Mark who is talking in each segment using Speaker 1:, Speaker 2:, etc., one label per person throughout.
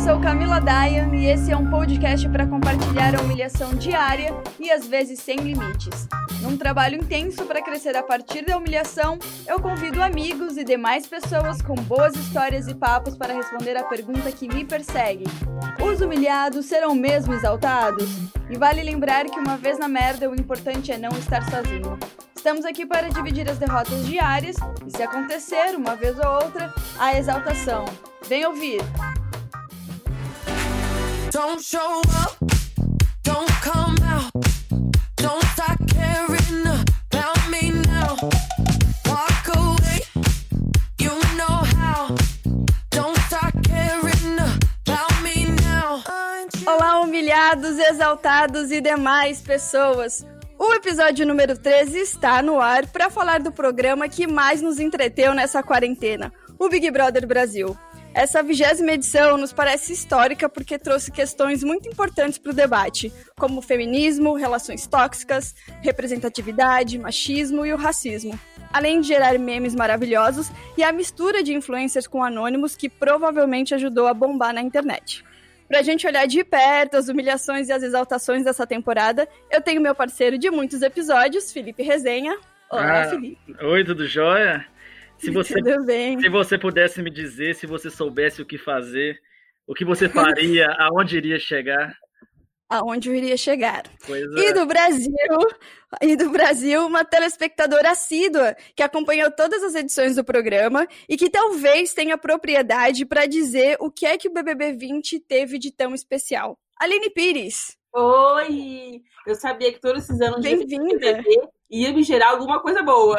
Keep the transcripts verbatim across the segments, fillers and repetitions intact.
Speaker 1: sou Camila Dayan e esse é um podcast para compartilhar a humilhação diária e às vezes sem limites. Num trabalho intenso para crescer a partir da humilhação, eu convido amigos e demais pessoas com boas histórias e papos para responder a pergunta que me persegue. Os humilhados serão mesmo exaltados? E vale lembrar que uma vez na merda o importante é não estar sozinho. Estamos aqui para dividir as derrotas diárias e, se acontecer, uma vez ou outra, a exaltação. Vem ouvir! Don't show up, don't come out, don't start caring about me now. Walk away, you know how, don't start caring about me now. Olá, humilhados, exaltados e demais pessoas! O episódio número treze está no ar para falar do programa que mais nos entreteu nessa quarentena, o Big Brother Brasil. Essa vigésima edição nos parece histórica porque trouxe questões muito importantes para o debate, como o feminismo, relações tóxicas, representatividade, machismo e o racismo, além de gerar memes maravilhosos e a mistura de influencers com anônimos que provavelmente ajudou a bombar na internet. Pra gente olhar de perto as humilhações e as exaltações dessa temporada, eu tenho meu parceiro de muitos episódios, Felipe Resenha. Olá, ah, Felipe.
Speaker 2: Oi, tudo jóia? Se você,
Speaker 1: tudo bem.
Speaker 2: Se você pudesse me dizer, se você soubesse o que fazer, o que você faria, aonde iria chegar?
Speaker 1: Aonde eu iria chegar.
Speaker 2: Pois
Speaker 1: e
Speaker 2: é.
Speaker 1: do Brasil, e do Brasil, uma telespectadora assídua que acompanhou todas as edições do programa e que talvez tenha propriedade para dizer o que é que o B B B vinte teve de tão especial. Aline Pires.
Speaker 3: Oi! Eu sabia que todos esses anos de
Speaker 1: Bem-vinda.
Speaker 3: B B B ia me gerar alguma coisa boa.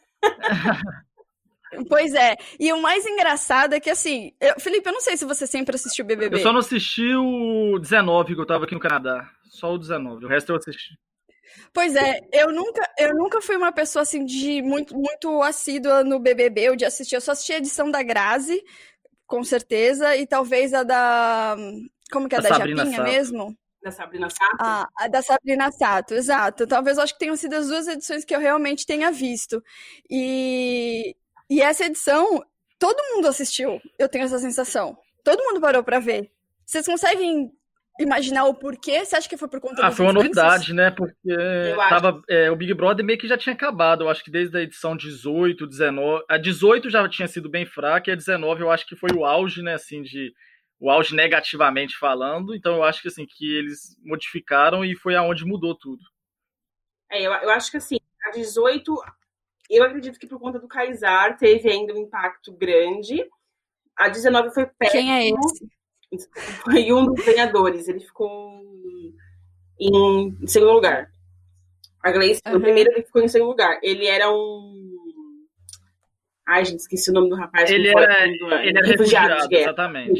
Speaker 1: Pois é, e o mais engraçado é que assim, eu, Felipe, eu não sei se você sempre assistiu B B B.
Speaker 2: Eu só não assisti o dezenove, que eu tava aqui no Canadá, só o dezenove, o resto eu assisti.
Speaker 1: Pois é, eu nunca, eu nunca fui uma pessoa assim de muito, muito assídua no B B B, ou de assistir, eu só assisti a edição da Grazi, com certeza, e talvez a da, como que é, a da
Speaker 2: Sabrina
Speaker 1: Japinha
Speaker 2: Sato.
Speaker 1: mesmo?
Speaker 3: Da Sabrina Sato?
Speaker 1: Ah, a da Sabrina Sato, exato, talvez eu acho que tenham sido as duas edições que eu realmente tenha visto, e... E essa edição, todo mundo assistiu, eu tenho essa sensação. Todo mundo parou pra ver. Vocês conseguem imaginar o porquê? Você acha que foi por conta
Speaker 2: Ah,
Speaker 1: dos
Speaker 2: foi uma
Speaker 1: influencers?
Speaker 2: novidade, né? Porque tava, é, o Big Brother meio que já tinha acabado. Eu acho que desde a edição dezoito, dezenove... A dezoito já tinha sido bem fraca, e a dezenove eu acho que foi o auge, né? Assim, de... O auge negativamente falando. Então eu acho que, assim, que eles modificaram e foi aonde mudou tudo.
Speaker 3: É, eu, eu acho que, assim, a dezoito... Eu acredito que por conta do Kaysar teve ainda um impacto grande. A dezenove foi péssimo.
Speaker 1: Quem é esse?
Speaker 3: Foi um dos ganhadores. Ele ficou em segundo lugar. A Gleice, uhum. No primeiro, ele ficou em segundo lugar. Ele era um... Ai, gente, esqueci o nome do rapaz.
Speaker 2: Ele era, ele era refugiado, refugiado de guerra. Exatamente.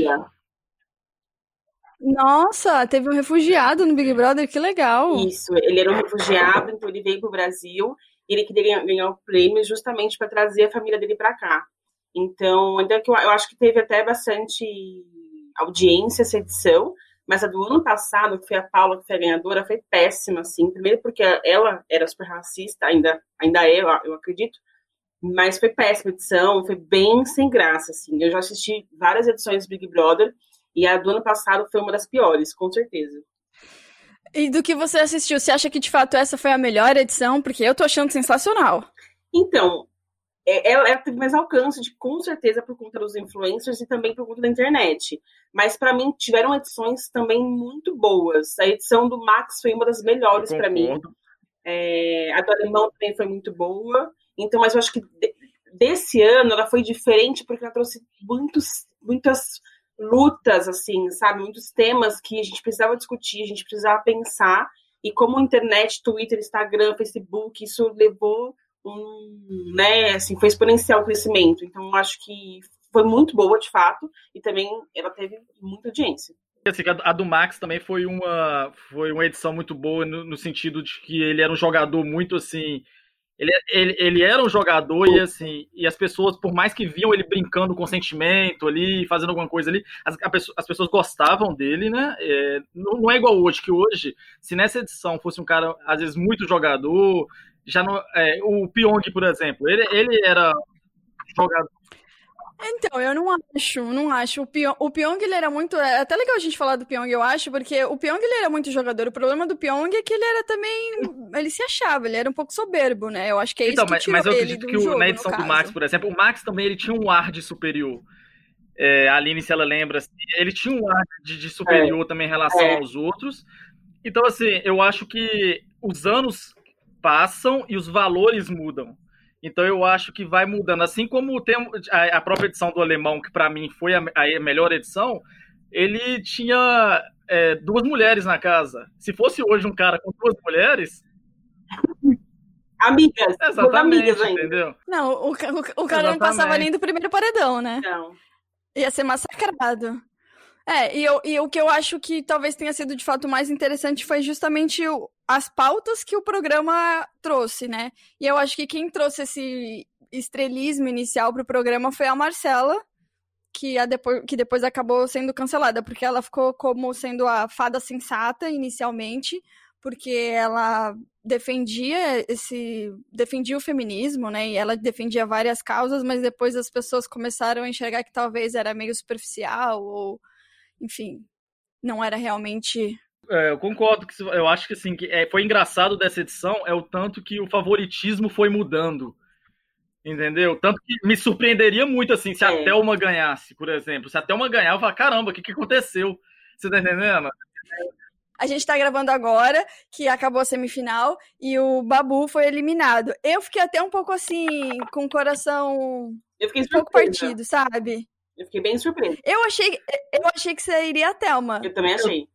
Speaker 1: Nossa, teve um refugiado no Big Brother, que legal.
Speaker 3: Isso, ele era um refugiado, então ele veio pro Brasil. Ele queria ganhar o prêmio justamente para trazer a família dele para cá. Então, ainda que eu, eu acho que teve até bastante audiência essa edição, mas a do ano passado, que foi a Paula, que foi a ganhadora, foi péssima, assim. Primeiro porque ela era super racista, ainda, ainda é, eu acredito, mas foi péssima a edição, foi bem sem graça, assim. Eu já assisti várias edições do Big Brother, e a do ano passado foi uma das piores, com certeza.
Speaker 1: E do que você assistiu, você acha que de fato essa foi a melhor edição? Porque eu tô achando sensacional.
Speaker 3: Então, ela, ela teve mais alcance, de, com certeza, por conta dos influencers e também por conta da internet. Mas pra mim, tiveram edições também muito boas. A edição do Max foi uma das melhores pra mim. É, a do Alemão também foi muito boa. Então, mas eu acho que de, desse ano ela foi diferente porque ela trouxe muitos, muitas... lutas, assim, sabe, muitos temas que a gente precisava discutir, a gente precisava pensar, e como a internet, Twitter, Instagram, Facebook, isso levou um, né, assim, foi exponencial o crescimento, então eu acho que foi muito boa, de fato, e também ela teve muita audiência.
Speaker 2: Assim, a do Max também foi uma, foi uma edição muito boa no, no sentido de que ele era um jogador muito, assim, Ele, ele, ele era um jogador e, assim, e as pessoas, por mais que viam ele brincando com sentimento ali, fazendo alguma coisa ali, as, a, as pessoas gostavam dele, né? É, não, não é igual hoje, que hoje, se nessa edição fosse um cara, às vezes, muito jogador, já não, é, o Pyong, por exemplo, ele, ele era jogador.
Speaker 4: Então, eu não acho, não acho. O Pyong, o Pyong, ele era muito... É até legal a gente falar do Pyong, eu acho, porque o Pyong, ele era muito jogador. O problema do Pyong é que ele era também... Ele se achava, ele era um pouco soberbo, né? Eu acho que é isso
Speaker 2: então,
Speaker 4: que
Speaker 2: mas,
Speaker 4: tirou
Speaker 2: mas eu
Speaker 4: ele
Speaker 2: acredito
Speaker 4: do
Speaker 2: que o,
Speaker 4: jogo,
Speaker 2: na
Speaker 4: no
Speaker 2: edição do
Speaker 4: caso.
Speaker 2: Max, por exemplo, o Max também ele tinha um ar de superior. É, a Aline, se ela lembra, assim, ele tinha um ar de, de superior
Speaker 3: É.
Speaker 2: também em relação
Speaker 3: É.
Speaker 2: aos outros. Então, assim, eu acho que os anos passam e os valores mudam. Então, eu acho que vai mudando. Assim como tem a, a própria edição do Alemão, que para mim foi a, a melhor edição, ele tinha é, duas mulheres na casa. Se fosse hoje um cara com duas mulheres...
Speaker 3: Amigas, duas
Speaker 2: Exatamente,
Speaker 3: amigas ainda.
Speaker 2: entendeu?
Speaker 4: Não, o, ca- o, ca- o cara não
Speaker 2: Exatamente.
Speaker 4: passava nem do primeiro paredão, né?
Speaker 3: Não.
Speaker 4: Ia ser massacrado. É, e, eu, e o que eu acho que talvez tenha sido de fato mais interessante foi justamente o- as pautas que o programa trouxe, né? E eu acho que quem trouxe esse estrelismo inicial pro programa foi a Marcela, que, a depois, que depois acabou sendo cancelada, porque ela ficou como sendo a fada sensata inicialmente, porque ela defendia esse defendia o feminismo, né? E ela defendia várias causas, mas depois as pessoas começaram a enxergar que talvez era meio superficial ou, enfim, não era realmente.
Speaker 2: É, eu concordo, que eu acho que assim, que é, foi engraçado dessa edição é o tanto que o favoritismo foi mudando, entendeu? Tanto que me surpreenderia muito assim se
Speaker 3: É.
Speaker 2: a Thelma ganhasse, por exemplo. Se a Thelma ganhar, eu falo, caramba, o que, que aconteceu? Você tá entendendo?
Speaker 4: A gente tá gravando agora, que acabou a semifinal, e o Babu foi eliminado. Eu fiquei até um pouco assim, com o coração
Speaker 3: Eu fiquei
Speaker 4: um pouco
Speaker 3: surpresa.
Speaker 4: partido, sabe?
Speaker 3: Eu fiquei bem surpresa.
Speaker 4: Eu achei, eu achei que seria a Thelma.
Speaker 3: Eu também achei.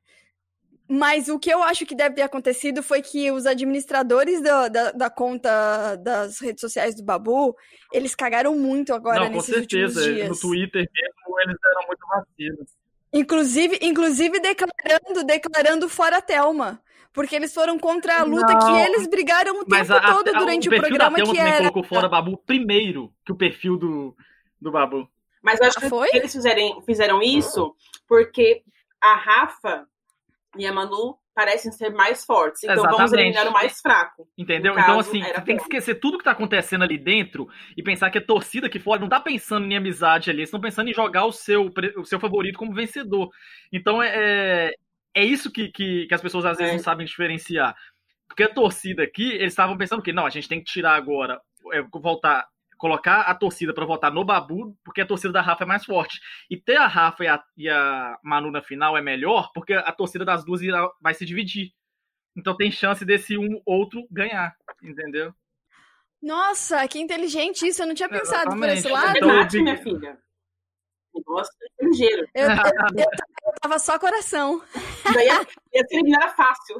Speaker 4: Mas o que eu acho que deve ter acontecido foi que os administradores do- da, da conta das redes sociais do Babu, eles cagaram muito agora
Speaker 2: Não, com
Speaker 4: nesses últimos
Speaker 2: certeza.
Speaker 4: dias.
Speaker 2: No Twitter mesmo, eles eram muito vacilos.
Speaker 4: Inclusive, inclusive declarando, declarando fora a Thelma. Porque eles foram contra a luta
Speaker 2: Não,
Speaker 4: que eles brigaram o
Speaker 2: Mas
Speaker 4: tempo
Speaker 2: a, a,
Speaker 4: todo
Speaker 2: a,
Speaker 4: durante
Speaker 2: o
Speaker 4: o,
Speaker 2: perfil
Speaker 4: programa,
Speaker 2: da Thelma
Speaker 4: que
Speaker 2: também
Speaker 4: era...
Speaker 2: colocou fora Babu primeiro que o perfil do, do Babu.
Speaker 3: Mas eu acho
Speaker 4: Ah,
Speaker 3: que
Speaker 4: foi?
Speaker 3: eles fizerem, fizeram isso porque a Rafa e a Manu parecem ser mais fortes. Então vamos
Speaker 2: Exatamente.
Speaker 3: eliminar o mais fraco.
Speaker 2: Entendeu?
Speaker 3: No
Speaker 2: Então,
Speaker 3: caso,
Speaker 2: assim,
Speaker 3: era
Speaker 2: você tem que esquecer tudo que tá acontecendo ali dentro e pensar que a torcida aqui fora não tá pensando em amizade ali, eles estão pensando em jogar o seu, o seu favorito como vencedor. Então, é, é isso que, que, que as pessoas às vezes
Speaker 3: É.
Speaker 2: não sabem diferenciar. Porque a torcida aqui, eles estavam pensando que, não, a gente tem que tirar agora, é, voltar, colocar a torcida pra votar no Babu, porque a torcida da Rafa é mais forte. E ter a Rafa e a, e a Manu na final é melhor, porque a torcida das duas irá, vai se dividir. Então tem chance desse um outro ganhar, entendeu?
Speaker 4: Nossa, que inteligente isso, eu não tinha pensado por esse
Speaker 2: Exatamente.
Speaker 4: lado.
Speaker 3: É
Speaker 2: Então,
Speaker 3: Nath,
Speaker 2: eu-
Speaker 3: minha filha. Negócio é ligeiro.
Speaker 4: Eu, eu, eu, eu tava só coração,
Speaker 3: Daí ia, ia ser eliminada fácil.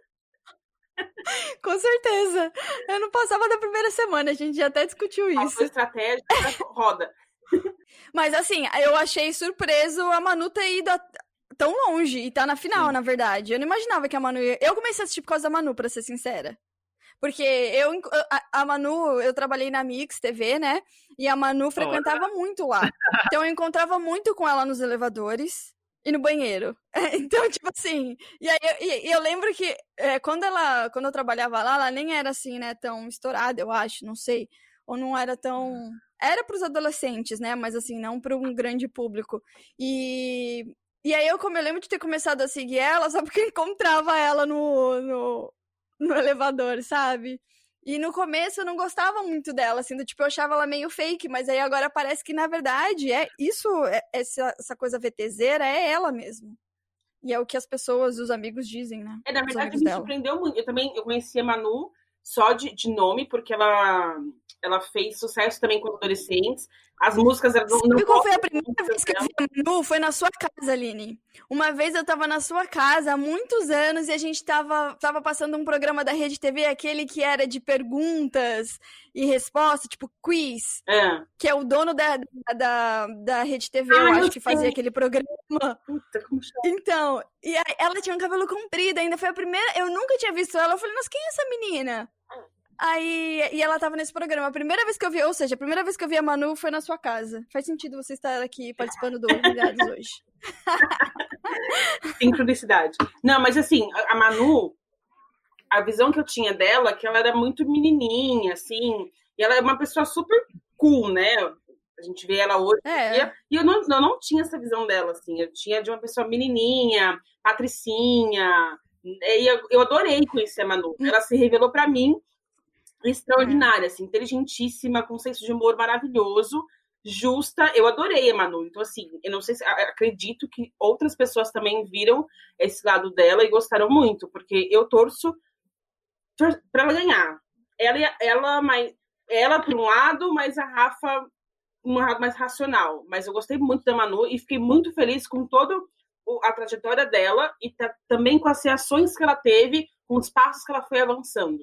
Speaker 4: com certeza. Eu não passava da primeira semana, a gente já até discutiu
Speaker 3: Passou
Speaker 4: isso.
Speaker 3: estratégia, roda.
Speaker 4: Mas assim, eu achei surpreso a Manu ter ido a- tão longe e tá na final,
Speaker 2: Sim.
Speaker 4: na verdade. Eu não imaginava que a Manu ia... Eu comecei a assistir por causa da Manu, pra ser sincera. Porque eu, a, a Manu, eu trabalhei na Mix T V, né? E a Manu frequentava muito lá. Então eu encontrava muito com ela nos elevadores e no banheiro. Então, tipo assim... E aí eu, e- e eu lembro que é, quando, ela, quando eu trabalhava lá, ela nem era assim, né? Tão estourada, eu acho, não sei. Ou não era tão... Era pros adolescentes, né? Mas assim, não para um grande público. E... E aí eu, como eu lembro de ter começado a seguir ela, só porque eu encontrava ela no, no, no elevador, sabe? E no começo eu não gostava muito dela, assim, do tipo, eu achava ela meio fake, mas aí agora parece que, na verdade, é isso, é, essa, essa coisa VTZera é ela mesmo. E é o que as pessoas, os amigos dizem, né?
Speaker 3: É, na
Speaker 4: Os
Speaker 3: verdade,
Speaker 4: amigos
Speaker 3: me
Speaker 4: dela.
Speaker 3: surpreendeu muito. Eu também eu conheci a Manu só de, de nome, porque ela, ela fez sucesso também com adolescentes. As músicas, elas não...
Speaker 4: Sabe
Speaker 3: não
Speaker 4: qual foi a
Speaker 3: gostam
Speaker 4: primeira
Speaker 3: muito
Speaker 4: vez que eu
Speaker 3: dela.
Speaker 4: vi a Manu? Foi na sua casa, Aline. Uma vez eu tava na sua casa, há muitos anos, e a gente tava, tava passando um programa da Rede T V, aquele que era de perguntas e respostas, tipo quiz,
Speaker 3: É.
Speaker 4: que é o dono da, da, da, da Rede T V, eu
Speaker 3: Ah,
Speaker 4: acho,
Speaker 3: eu
Speaker 4: que fazia
Speaker 3: sei.
Speaker 4: aquele programa.
Speaker 3: Puta, como chama?
Speaker 4: Então, e aí ela tinha um cabelo comprido, ainda foi a primeira. Eu nunca tinha visto ela. Eu falei, nossa, quem é essa menina? Aí, e ela tava nesse programa. A primeira vez que eu vi, ou seja, a primeira vez que eu vi a Manu foi na sua casa. Faz sentido você estar aqui participando do Humilhados hoje.
Speaker 3: Sincronicidade. Não, mas assim, a a Manu, a visão que eu tinha dela, é que ela era muito menininha, assim, e ela é uma pessoa super cool, né? A gente vê ela hoje
Speaker 4: É.
Speaker 3: em dia, e eu não, eu não tinha essa visão dela, assim. Eu tinha de uma pessoa menininha, patricinha. E eu, eu adorei conhecer a Manu. Ela se revelou pra mim extraordinária, assim, inteligentíssima, com um senso de humor maravilhoso, justa. Eu adorei a Manu. Então, assim, eu não sei se... Acredito que outras pessoas também viram esse lado dela e gostaram muito, porque eu torço tor- pra ela ganhar. Ela, ela, mais, ela por um lado, mas a Rafa um lado mais racional. Mas eu gostei muito da Manu e fiquei muito feliz com toda a trajetória dela e tá, também com as reações que ela teve, com os passos que ela foi avançando.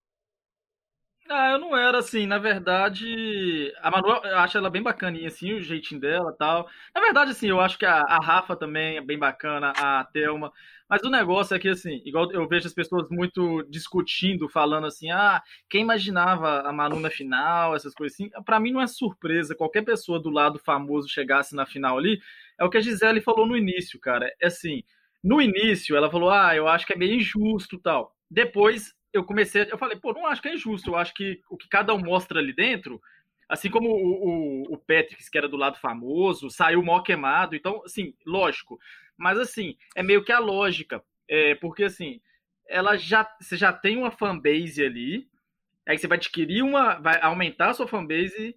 Speaker 2: Ah, eu não era assim, na verdade, a Manu, eu acho ela bem bacaninha, assim, o jeitinho dela e tal. Na verdade, assim, eu acho que a, a Rafa também é bem bacana, a Thelma, mas o negócio é que, assim, igual eu vejo as pessoas muito discutindo, falando assim, ah, quem imaginava a Manu na final, essas coisas assim, pra mim não é surpresa, qualquer pessoa do lado famoso chegasse na final ali, é o que a Gisele falou no início, cara, é assim, no início ela falou, ah, eu acho que é meio injusto e tal, depois eu comecei, eu falei, pô, não acho que é injusto, eu acho que o que cada um mostra ali dentro, assim como o, o, o Patrick, que era do lado famoso, saiu mó queimado, então, assim, lógico, mas assim, é meio que a lógica, é, porque assim, ela já, você já tem uma fanbase ali, aí você vai adquirir uma, vai aumentar a sua fanbase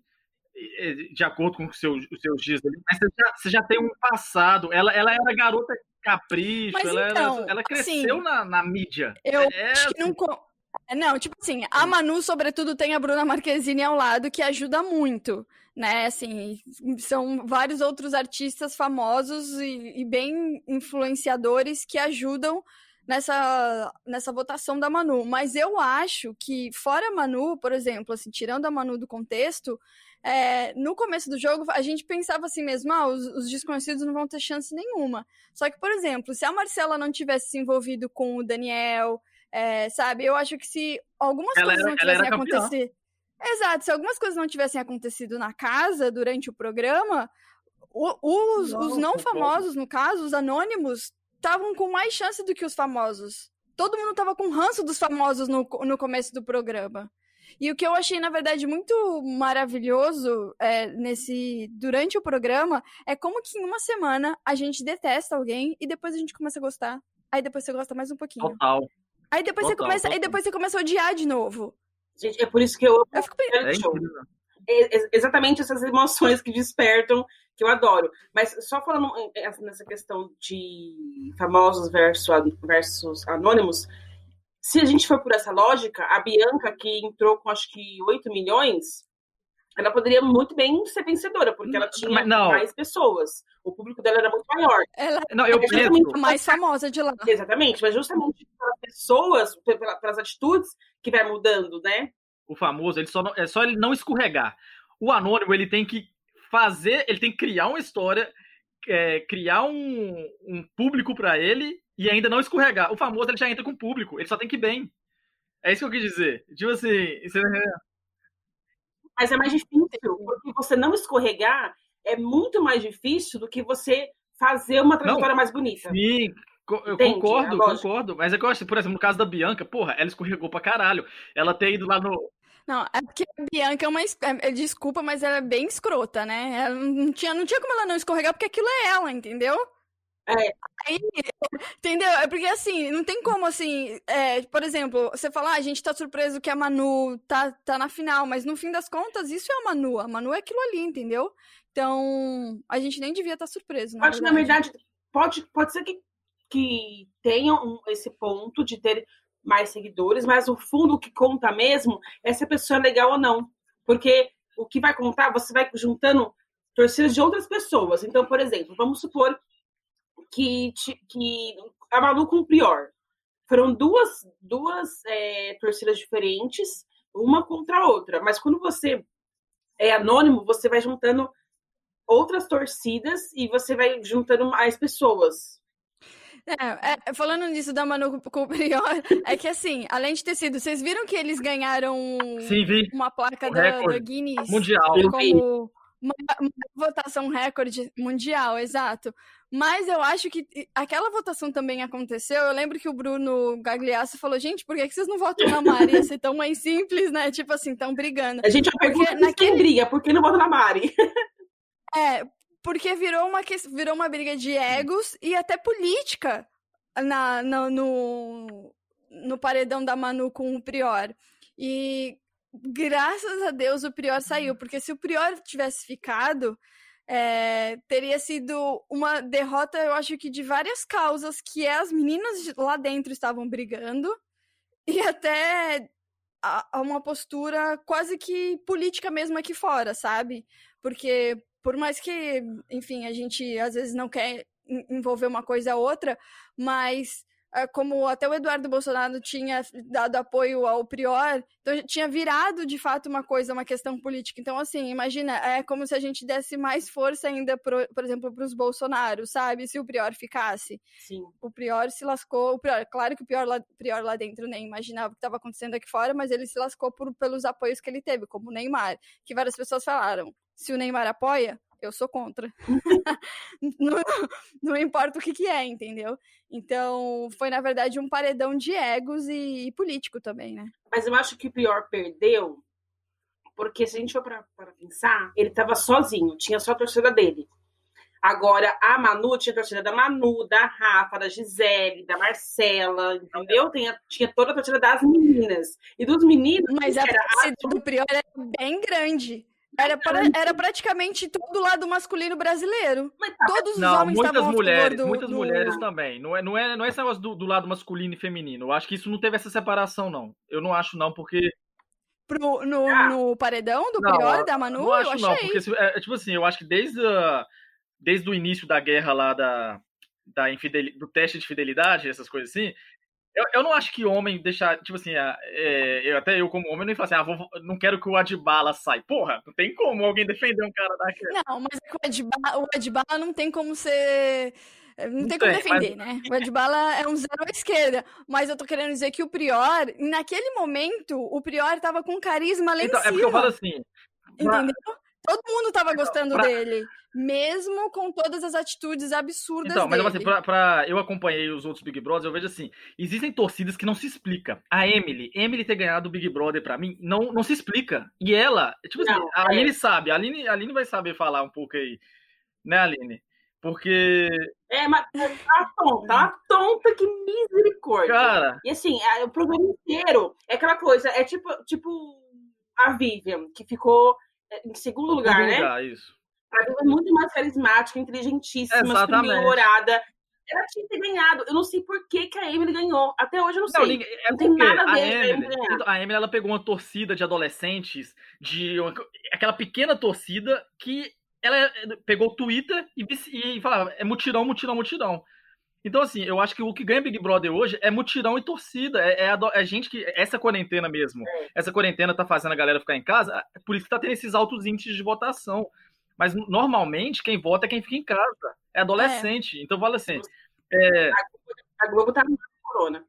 Speaker 2: de acordo com os seus, os seus dias ali, mas você já, você já tem um passado, ela, ela era garota capricho,
Speaker 4: Mas
Speaker 2: ela,
Speaker 4: então,
Speaker 2: era, ela cresceu
Speaker 4: assim,
Speaker 2: na, na mídia.
Speaker 4: Eu
Speaker 2: é,
Speaker 4: acho que não. co- Não, tipo assim, a Manu, sobretudo, tem a Bruna Marquezine ao lado, que ajuda muito, né? Assim, são vários outros artistas famosos e, e bem influenciadores que ajudam nessa, nessa votação da Manu. Mas eu acho que, fora a Manu, por exemplo, assim, tirando a Manu do contexto, é, no começo do jogo, a gente pensava assim mesmo, ah, os, os desconhecidos não vão ter chance nenhuma. Só que, por exemplo, se a Marcela não tivesse se envolvido com o Daniel, é, sabe, eu acho que se algumas
Speaker 2: ela
Speaker 4: coisas
Speaker 2: era,
Speaker 4: não
Speaker 2: ela era
Speaker 4: tivessem
Speaker 2: campeã.
Speaker 4: acontecido... Exato, se algumas coisas não tivessem acontecido na casa durante o programa, o- os, os não famosos, no caso, os anônimos, estavam com mais chance do que os famosos. Todo mundo tava com ranço dos famosos no, no começo do programa. E o que eu achei, na verdade, muito maravilhoso é, nesse durante o programa é como que em uma semana a gente detesta alguém e depois a gente começa a gostar. Aí depois você gosta mais um pouquinho.
Speaker 2: Total.
Speaker 4: Aí depois você
Speaker 2: Total,
Speaker 4: começa, aí
Speaker 2: total.
Speaker 4: depois você começa a odiar de novo.
Speaker 3: Gente, é por isso que eu amo
Speaker 4: Eu fico pensando,
Speaker 2: É
Speaker 3: reality show.
Speaker 2: incrível.
Speaker 3: É, é exatamente essas emoções que despertam, que eu adoro. Mas só falando é, nessa questão de famosos versus, versus anônimos, se a gente for por essa lógica, a Bianca, que entrou com acho que oito milhões, ela poderia muito bem ser vencedora, porque ela tinha
Speaker 2: Mas não.
Speaker 3: mais pessoas. O público dela era muito maior.
Speaker 4: ela
Speaker 2: Não, eu
Speaker 3: É
Speaker 2: penso.
Speaker 3: justamente
Speaker 4: é a mais famosa de lá.
Speaker 3: Exatamente, mas justamente pelas pessoas, pela- pelas atitudes, que vai mudando, né?
Speaker 2: O famoso, ele só não, é só ele não escorregar. O anônimo, ele tem que fazer, ele tem que criar uma história, é, criar um, um público pra ele e ainda não escorregar. O famoso, ele já entra com público, ele só tem que ir bem. É isso que eu quis dizer. Tipo assim, isso é-
Speaker 3: Mas é mais difícil, porque você não escorregar é muito mais difícil do que você fazer uma trajetória mais bonita.
Speaker 2: sim, co- eu
Speaker 3: Entende?
Speaker 2: concordo,
Speaker 3: É lógico.
Speaker 2: concordo. Mas é que eu acho, por exemplo, no caso da Bianca, porra, ela escorregou pra caralho. Ela ter ido lá no.
Speaker 4: Não, é porque a Bianca é uma. es- é- é- desculpa, mas ela é bem escrota, né? Ela não tinha, não tinha como ela não escorregar, porque aquilo é ela, entendeu?
Speaker 3: É.
Speaker 4: Aí, entendeu? É porque assim, não tem como assim. É, por exemplo, você fala, ah, a gente tá surpreso que a Manu tá, tá na final, mas no fim das contas, isso é a Manu. A Manu é aquilo ali, entendeu? Então, a gente nem devia estar surpreso, na
Speaker 3: Acho que, na
Speaker 4: verdade.
Speaker 3: verdade, pode, pode ser que, que tenham um- esse ponto de ter mais seguidores, mas o fundo que conta mesmo é se a pessoa é legal ou não. Porque o que vai contar, você vai juntando torcidas de outras pessoas. Então, por exemplo, vamos supor que, ti- que a Manu com o Prior. Foram duas, duas é, torcidas diferentes, uma contra a outra. Mas quando você é anônimo, você vai juntando outras torcidas e você vai juntando mais pessoas.
Speaker 4: É, é, falando nisso da Manu com com o Prior, é que assim, além de ter sido, vocês viram que eles ganharam
Speaker 2: Sim, vi.
Speaker 4: uma placa
Speaker 2: Um
Speaker 4: da,
Speaker 2: recorde
Speaker 4: da Guinness
Speaker 2: mundial.
Speaker 3: Eu vi.
Speaker 4: como uma, uma votação recorde mundial, exato. Mas eu acho que aquela votação também aconteceu. Eu lembro que o Bruno Gagliasso falou, gente, por que que vocês não votam na Mari? Ia ser tão mais simples, né? Tipo assim, tão brigando.
Speaker 3: A gente já
Speaker 4: Porque
Speaker 3: pergunta
Speaker 4: naquele-
Speaker 3: quem briga, por que não bota na Mari?
Speaker 4: É, porque virou uma, virou uma briga de egos e até política na, na, no, no paredão da Manu com o Prior. E graças a Deus o Prior saiu, porque se o Prior tivesse ficado, é, teria sido uma derrota, eu acho que de várias causas, que as meninas lá dentro estavam brigando, e até a, a uma postura quase que política mesmo aqui fora, sabe? Porque por mais que, enfim, a gente às vezes não quer envolver uma coisa ou outra, mas como até o Eduardo Bolsonaro tinha dado apoio ao Prior, então tinha virado de fato uma coisa, uma questão política. Então, assim, imagina, é como se a gente desse mais força ainda, pro, por exemplo, para os Bolsonaros, sabe? Se o Prior ficasse.
Speaker 3: Sim.
Speaker 4: O Prior se lascou. O Prior, claro que o Prior lá, Prior lá dentro nem imaginava o que estava acontecendo aqui fora, mas ele se lascou por, pelos apoios que ele teve, como o Neymar, que várias pessoas falaram, se o Neymar apoia, eu sou contra. não, não importa o que, que é, entendeu? Então, foi, na verdade, um paredão de egos e, e político também, né?
Speaker 3: Mas eu acho que o Prior perdeu, porque se a gente for para pensar, ele estava sozinho, tinha só a torcida dele. Agora, a Manu tinha a torcida da Manu, da Rafa, da Gisele, da Marcela, entendeu? Tinha, tinha toda a torcida das meninas. E dos meninos...
Speaker 4: Mas a torcida a... do Prior é bem grande. Era, pra, era praticamente todo o lado masculino brasileiro. Todos os
Speaker 2: não,
Speaker 4: homens
Speaker 2: muitas
Speaker 4: estavam
Speaker 2: mulheres,
Speaker 4: do,
Speaker 2: muitas
Speaker 4: do...
Speaker 2: mulheres também. Não é, não é, não é esse negócio do, do lado masculino e feminino. Eu acho que isso não teve essa separação, não. Eu não acho, não, porque...
Speaker 4: Pro, no,
Speaker 3: ah.
Speaker 4: no paredão do
Speaker 2: não,
Speaker 4: Prior e da Manu,
Speaker 2: não acho,
Speaker 4: eu achei.
Speaker 2: Não, porque, é, tipo assim, eu acho que desde, a, desde o início da guerra lá da, da infidel, do teste de fidelidade, essas coisas assim... Eu, eu não acho que homem deixar, tipo assim, é, eu, até eu como homem, eu nem falo assim, ah, vou, não quero que o Adbala saia. Porra, não tem como alguém defender um cara daquele.
Speaker 4: Não, mas o Adbala, o Adbala não tem como ser... Não, não tem como tem, defender, mas... né? O Adbala é um zero à esquerda. Mas eu tô querendo dizer que o Prior, naquele momento, o Prior tava com carisma lá em
Speaker 2: então,
Speaker 4: cima.
Speaker 2: É porque eu falo assim...
Speaker 4: Entendeu? Pra... Todo mundo tava
Speaker 2: então,
Speaker 4: gostando
Speaker 2: pra...
Speaker 4: dele. Mesmo com todas as atitudes absurdas
Speaker 2: então, mas
Speaker 4: dele.
Speaker 2: Assim, pra, pra, eu acompanhei os outros Big Brothers, eu vejo assim, existem torcidas que não se explica. A Emily, Emily ter ganhado o Big Brother pra mim, não, não se explica. E ela, tipo não, assim, a Aline é. sabe, a Aline, a Aline vai saber falar um pouco aí, né, Aline? Porque...
Speaker 3: É, mas tá tonta, tá tonta, que misericórdia.
Speaker 2: Cara...
Speaker 3: E assim, o programa inteiro é aquela coisa, é tipo, tipo a Vivian, que ficou em segundo lugar,
Speaker 2: segundo
Speaker 3: né?
Speaker 2: Lugar, isso.
Speaker 3: A Vivian é muito mais carismática, inteligentíssima, super bem-humorada. Ela tinha que ter ganhado. Eu não sei por que, que a Emily ganhou. Até hoje eu não sei. Não, ninguém, é não tem nada a ver
Speaker 2: a Emily, a Emily, ela pegou uma torcida de adolescentes, de uma, aquela pequena torcida que ela pegou o Twitter e, e falava, é mutirão, mutirão, mutirão. Então, assim, eu acho que o que ganha Big Brother hoje é mutirão e torcida. É, é, a, é gente que... Essa quarentena mesmo. É. Essa quarentena tá fazendo a galera ficar em casa, por isso que tá tendo esses altos índices de votação. Mas, normalmente, quem vota é quem fica em casa. É adolescente. É. Então, fala assim... É...
Speaker 3: A Globo tá no corona.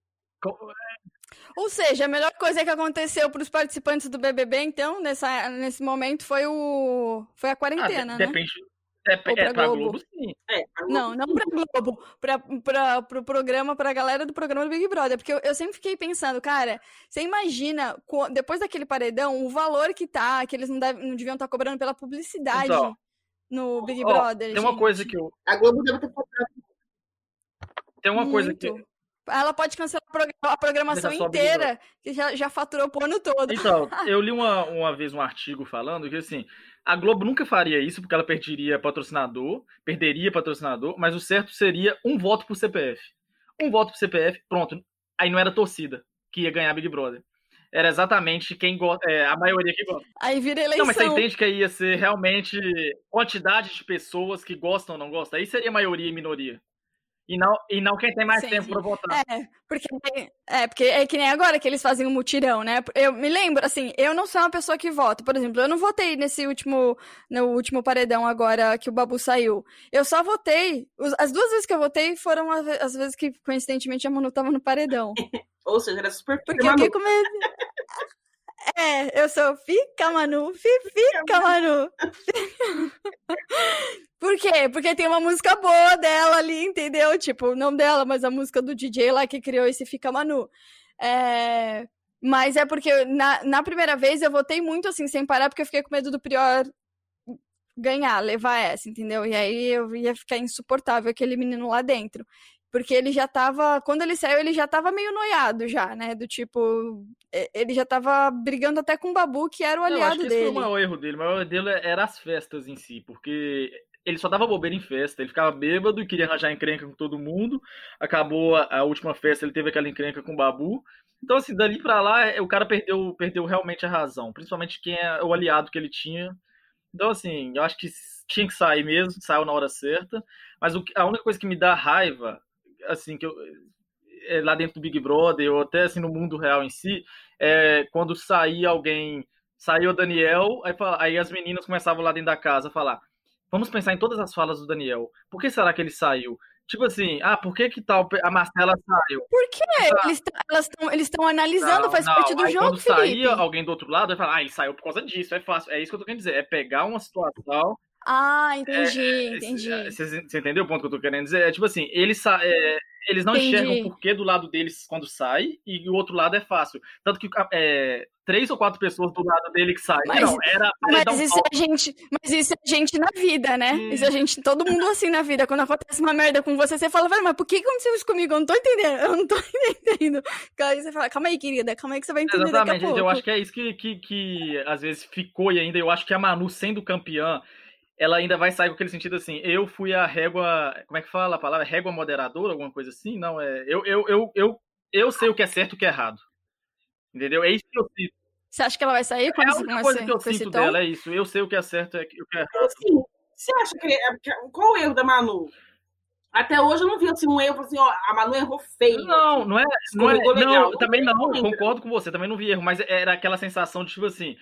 Speaker 4: Ou seja, a melhor coisa que aconteceu para os participantes do B B B, então, nessa, nesse momento, foi, o, foi a quarentena,
Speaker 2: ah,
Speaker 4: né?
Speaker 2: Depende... É,
Speaker 4: pra,
Speaker 2: é
Speaker 4: Globo?
Speaker 2: pra Globo, sim.
Speaker 3: É, pra Globo,
Speaker 4: não, não pra Globo. Pra, pra, pro programa, pra galera do programa do Big Brother. Porque eu, eu sempre fiquei pensando, cara, você imagina, depois daquele paredão, o valor que tá, que eles não, deve, não deviam estar tá cobrando pela publicidade então, no Big
Speaker 2: ó,
Speaker 4: Brother.
Speaker 2: Tem
Speaker 4: gente.
Speaker 2: uma coisa que eu...
Speaker 3: A Globo deve ter cobrado.
Speaker 2: Tem uma
Speaker 4: Muito.
Speaker 2: coisa que...
Speaker 4: Ela pode cancelar a programação inteira, que já, já faturou o ano todo.
Speaker 2: Então, eu li uma, uma vez um artigo falando que, assim, a Globo nunca faria isso porque ela perderia patrocinador, perderia patrocinador, mas o certo seria um voto por C P F. Um voto por C P F, pronto. Aí não era torcida que ia ganhar Big Brother. Era exatamente quem gosta, é, a maioria que gosta.
Speaker 4: Aí vira eleição.
Speaker 2: Não, mas você entende que aí ia ser realmente quantidade de pessoas que gostam ou não gostam? Aí seria maioria e minoria. E não, e não quem tem mais sim, tempo sim. pra votar.
Speaker 4: É porque, é, porque é que nem agora que eles fazem um mutirão, né? Eu me lembro, assim, eu não sou uma pessoa que vota. Por exemplo, eu não votei nesse último, no último paredão agora que o Babu saiu. Eu só votei, as duas vezes que eu votei foram as vezes que, coincidentemente, a Manu tava no paredão.
Speaker 3: Ou seja, era super...
Speaker 4: Porque eu fiquei com medo... É, eu sou fica, Manu, fica, Manu. Por quê? Porque tem uma música boa dela ali, entendeu? Tipo, não dela, mas a música do D J lá que criou esse Fica Manu. É... Mas é porque na, na primeira vez eu votei muito assim, sem parar, porque eu fiquei com medo do Prior ganhar, levar essa, entendeu? E aí eu ia ficar insuportável aquele menino lá dentro. Porque ele já tava, quando ele saiu, ele já tava meio noiado já, né? Do tipo, ele já tava brigando até com o Babu, que era o aliado
Speaker 2: eu acho que
Speaker 4: dele.
Speaker 2: esse foi o maior erro dele. O maior erro dele era as festas em si, porque ele só dava bobeira em festa. Ele ficava bêbado e queria arranjar encrenca com todo mundo. Acabou a, a última festa, ele teve aquela encrenca com o Babu. Então, assim, dali pra lá, o cara perdeu, perdeu realmente a razão. Principalmente quem é o aliado que ele tinha. Então, assim, eu acho que tinha que sair mesmo, saiu na hora certa. Mas o, a única coisa que me dá raiva, assim, que eu, é, lá dentro do Big Brother, ou até assim no mundo real em si, é quando saía alguém, saiu o Daniel, aí, aí as meninas começavam lá dentro da casa a falar, vamos pensar em todas as falas do Daniel. Por que será que ele saiu? Tipo assim, ah, por que que tal a Marcela saiu?
Speaker 4: Por quê? Ah, eles estão eles estão analisando,
Speaker 2: não,
Speaker 4: faz
Speaker 2: não.
Speaker 4: parte do
Speaker 2: aí
Speaker 4: jogo,
Speaker 2: quando
Speaker 4: Felipe.
Speaker 2: saía alguém do outro lado, vai falar, ah, ele saiu por causa disso, é fácil. É isso que eu tô querendo dizer, é pegar uma situação...
Speaker 4: Ah, entendi,
Speaker 2: é,
Speaker 4: entendi.
Speaker 2: Você, você entendeu o ponto que eu tô querendo dizer? É tipo assim, eles, é, eles não entendi. Enxergam o porquê do lado deles quando sai, e o outro lado é fácil. Tanto que é, três ou quatro pessoas do lado dele que saem.
Speaker 4: Mas,
Speaker 2: não, era
Speaker 4: mas, isso é a gente, mas isso é a gente na vida, né? Hum. Isso é a gente, todo mundo assim na vida. Quando acontece uma merda com você, você fala, velho, mas por que aconteceu isso comigo? Eu não tô entendendo, eu não tô entendendo. Aí você fala, calma aí, querida, calma aí que você vai entender.
Speaker 2: Exatamente,
Speaker 4: daqui a pouco.
Speaker 2: Eu acho que é isso que, que, que às vezes ficou, e ainda eu acho que a Manu, sendo campeã, ela ainda vai sair com aquele sentido assim, eu fui a régua, como é que fala a palavra? Régua moderadora, alguma coisa assim? Não, é, eu, eu, eu, eu, eu sei o que é certo e o que é errado. Entendeu? É isso que eu sinto.
Speaker 4: Você acha que ela vai sair com
Speaker 2: é a única coisa que eu sinto dela, é isso. Eu sei o que é certo e o que é errado.
Speaker 3: Assim, você acha que, qual o erro da Manu? Até hoje eu não vi assim, um erro assim, ó, a Manu errou feio.
Speaker 2: Não,
Speaker 3: aqui.
Speaker 2: não é, não, é,
Speaker 3: legal,
Speaker 2: não,
Speaker 3: não
Speaker 2: também não, concordo com você, também não vi erro, mas era aquela sensação de tipo assim,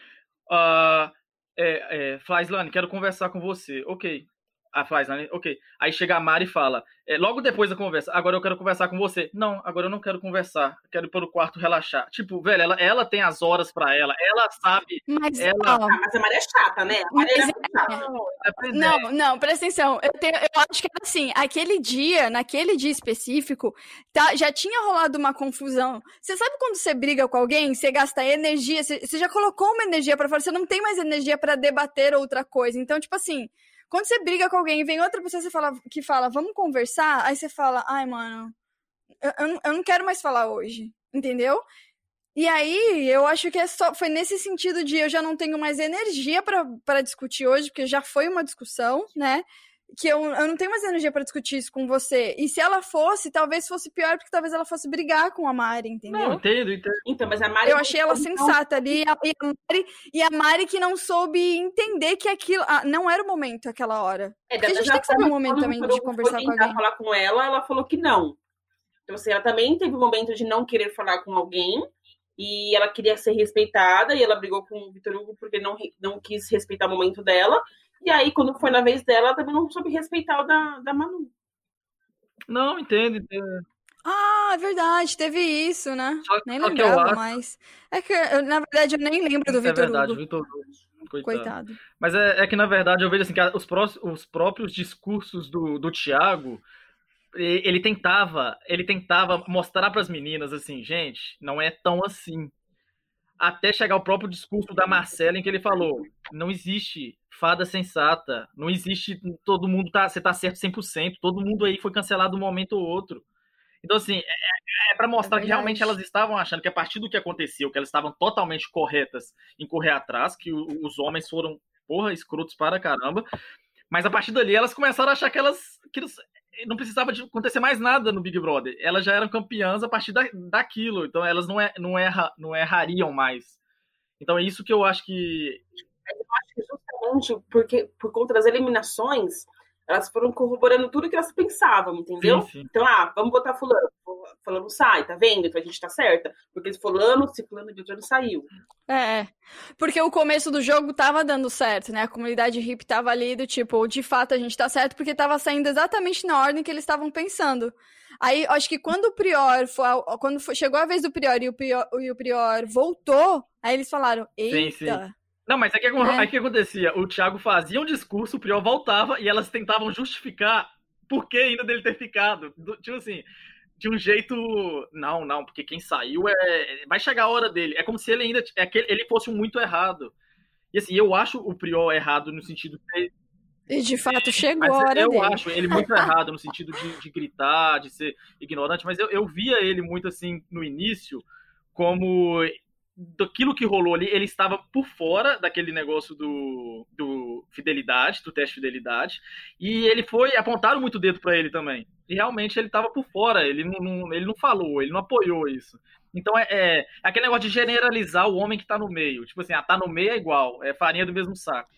Speaker 2: uh, É, é, Flyslane, quero conversar com você. Ok. A Flyslane, ok. Aí chega a Mari e fala, é, logo depois da conversa, agora eu quero conversar com você. Não, agora eu não quero conversar. Quero ir para o quarto relaxar. Tipo, velho, ela, ela tem as horas pra ela. Ela sabe.
Speaker 4: Mas,
Speaker 2: ela...
Speaker 3: ah, mas a Mari é chata, né? A Mari é chata.
Speaker 4: Não, não, presta atenção. Eu, tenho, eu acho que era assim, aquele dia, naquele dia específico, tá, já tinha rolado uma confusão. Você sabe quando você briga com alguém, você gasta energia, você, você já colocou uma energia pra fora, você não tem mais energia pra debater outra coisa. Então, tipo assim, quando você briga com alguém e vem outra pessoa você fala, que fala, vamos conversar, aí você fala, ai, mano, eu, eu, não, eu não quero mais falar hoje, entendeu? E aí, eu acho que é só, foi nesse sentido de eu já não tenho mais energia para discutir hoje, porque já foi uma discussão, né? Que eu, eu não tenho mais energia para discutir isso com você. E se ela fosse, talvez fosse pior, porque talvez ela fosse brigar com a Mari, entendeu?
Speaker 2: Não, entendo, entendo.
Speaker 3: Então, mas a Mari...
Speaker 4: Eu achei ela sensata ali, e a, e, a Mari, e a Mari que não soube entender que aquilo... Ah, não era o momento, aquela hora.
Speaker 3: É,
Speaker 4: porque a gente tem que saber o momento também de conversar com alguém.
Speaker 3: falar com ela, ela falou que não. Então, assim, ela também teve um momento de não querer falar com alguém, e ela queria ser respeitada, e ela brigou com o Vitor Hugo porque não, não quis respeitar o momento dela. E aí, quando foi na vez dela, ela também não soube respeitar o da, da Manu.
Speaker 2: Não, entendo, entendo.
Speaker 4: Ah, é verdade, teve isso, né?
Speaker 2: Só,
Speaker 4: nem
Speaker 2: só
Speaker 4: lembrava
Speaker 2: acho...
Speaker 4: mais. É que, eu, na verdade, eu nem lembro do Vitor Hugo.
Speaker 2: É verdade, Vitor Hugo. Coitado.
Speaker 4: Coitado.
Speaker 2: Mas é, é que, na verdade, eu vejo assim, que os, pró os próprios discursos do, do Thiago, ele tentava, ele tentava mostrar para as meninas assim, gente, não é tão assim. Até chegar o próprio discurso da Marcela em que ele falou, não existe fada sensata, não existe todo mundo, tá, você tá certo cem por cento, todo mundo aí foi cancelado um momento ou outro. Então, assim, é, é para mostrar é que realmente elas estavam achando que a partir do que aconteceu, que elas estavam totalmente corretas em correr atrás, que o, os homens foram, porra, escrotos para caramba, mas a partir dali elas começaram a achar que elas... Que não precisava de acontecer mais nada no Big Brother. Elas já eram campeãs a partir da, daquilo. Então elas não, é, não, erra, não errariam mais. Então é isso que eu acho que...
Speaker 3: Eu acho que justamente porque, por conta das eliminações, elas foram corroborando tudo que elas pensavam, entendeu?
Speaker 2: Sim, sim.
Speaker 3: Então, ah, vamos botar fulano. Fulano sai, tá vendo? Então a gente tá certa. Porque se fulano, se fulano de outro saiu.
Speaker 4: É, porque o começo do jogo tava dando certo, né? A comunidade hippie tava ali do tipo, de fato a gente tá certo, porque tava saindo exatamente na ordem que eles estavam pensando. Aí, acho que quando o Prior, foi, quando foi, chegou a vez do Prior e o Prior, e o Prior voltou, aí eles falaram, eita...
Speaker 2: Sim, sim. Não, mas aí o que, é. que acontecia? O Thiago fazia um discurso, o Prior voltava e elas tentavam justificar por que ainda dele ter ficado. Tipo assim, de um jeito... Não, não, porque quem saiu é... vai chegar a hora dele. É como se ele ainda... É que ele fosse um muito errado. E assim, eu acho o Prior errado no sentido de
Speaker 4: E de fato chegou
Speaker 2: Mas
Speaker 4: a hora
Speaker 2: eu
Speaker 4: dele.
Speaker 2: acho ele muito errado no sentido de, de gritar, de ser ignorante, mas eu, eu via ele muito assim no início como daquilo que rolou ali, ele estava por fora daquele negócio do, do fidelidade, do teste de fidelidade, e ele foi, apontaram muito o dedo para ele também, e realmente ele estava por fora, ele não, não, ele não falou, ele não apoiou isso. Então é, é aquele negócio de generalizar o homem que tá no meio, tipo assim, ah, tá no meio é igual, é farinha do mesmo saco.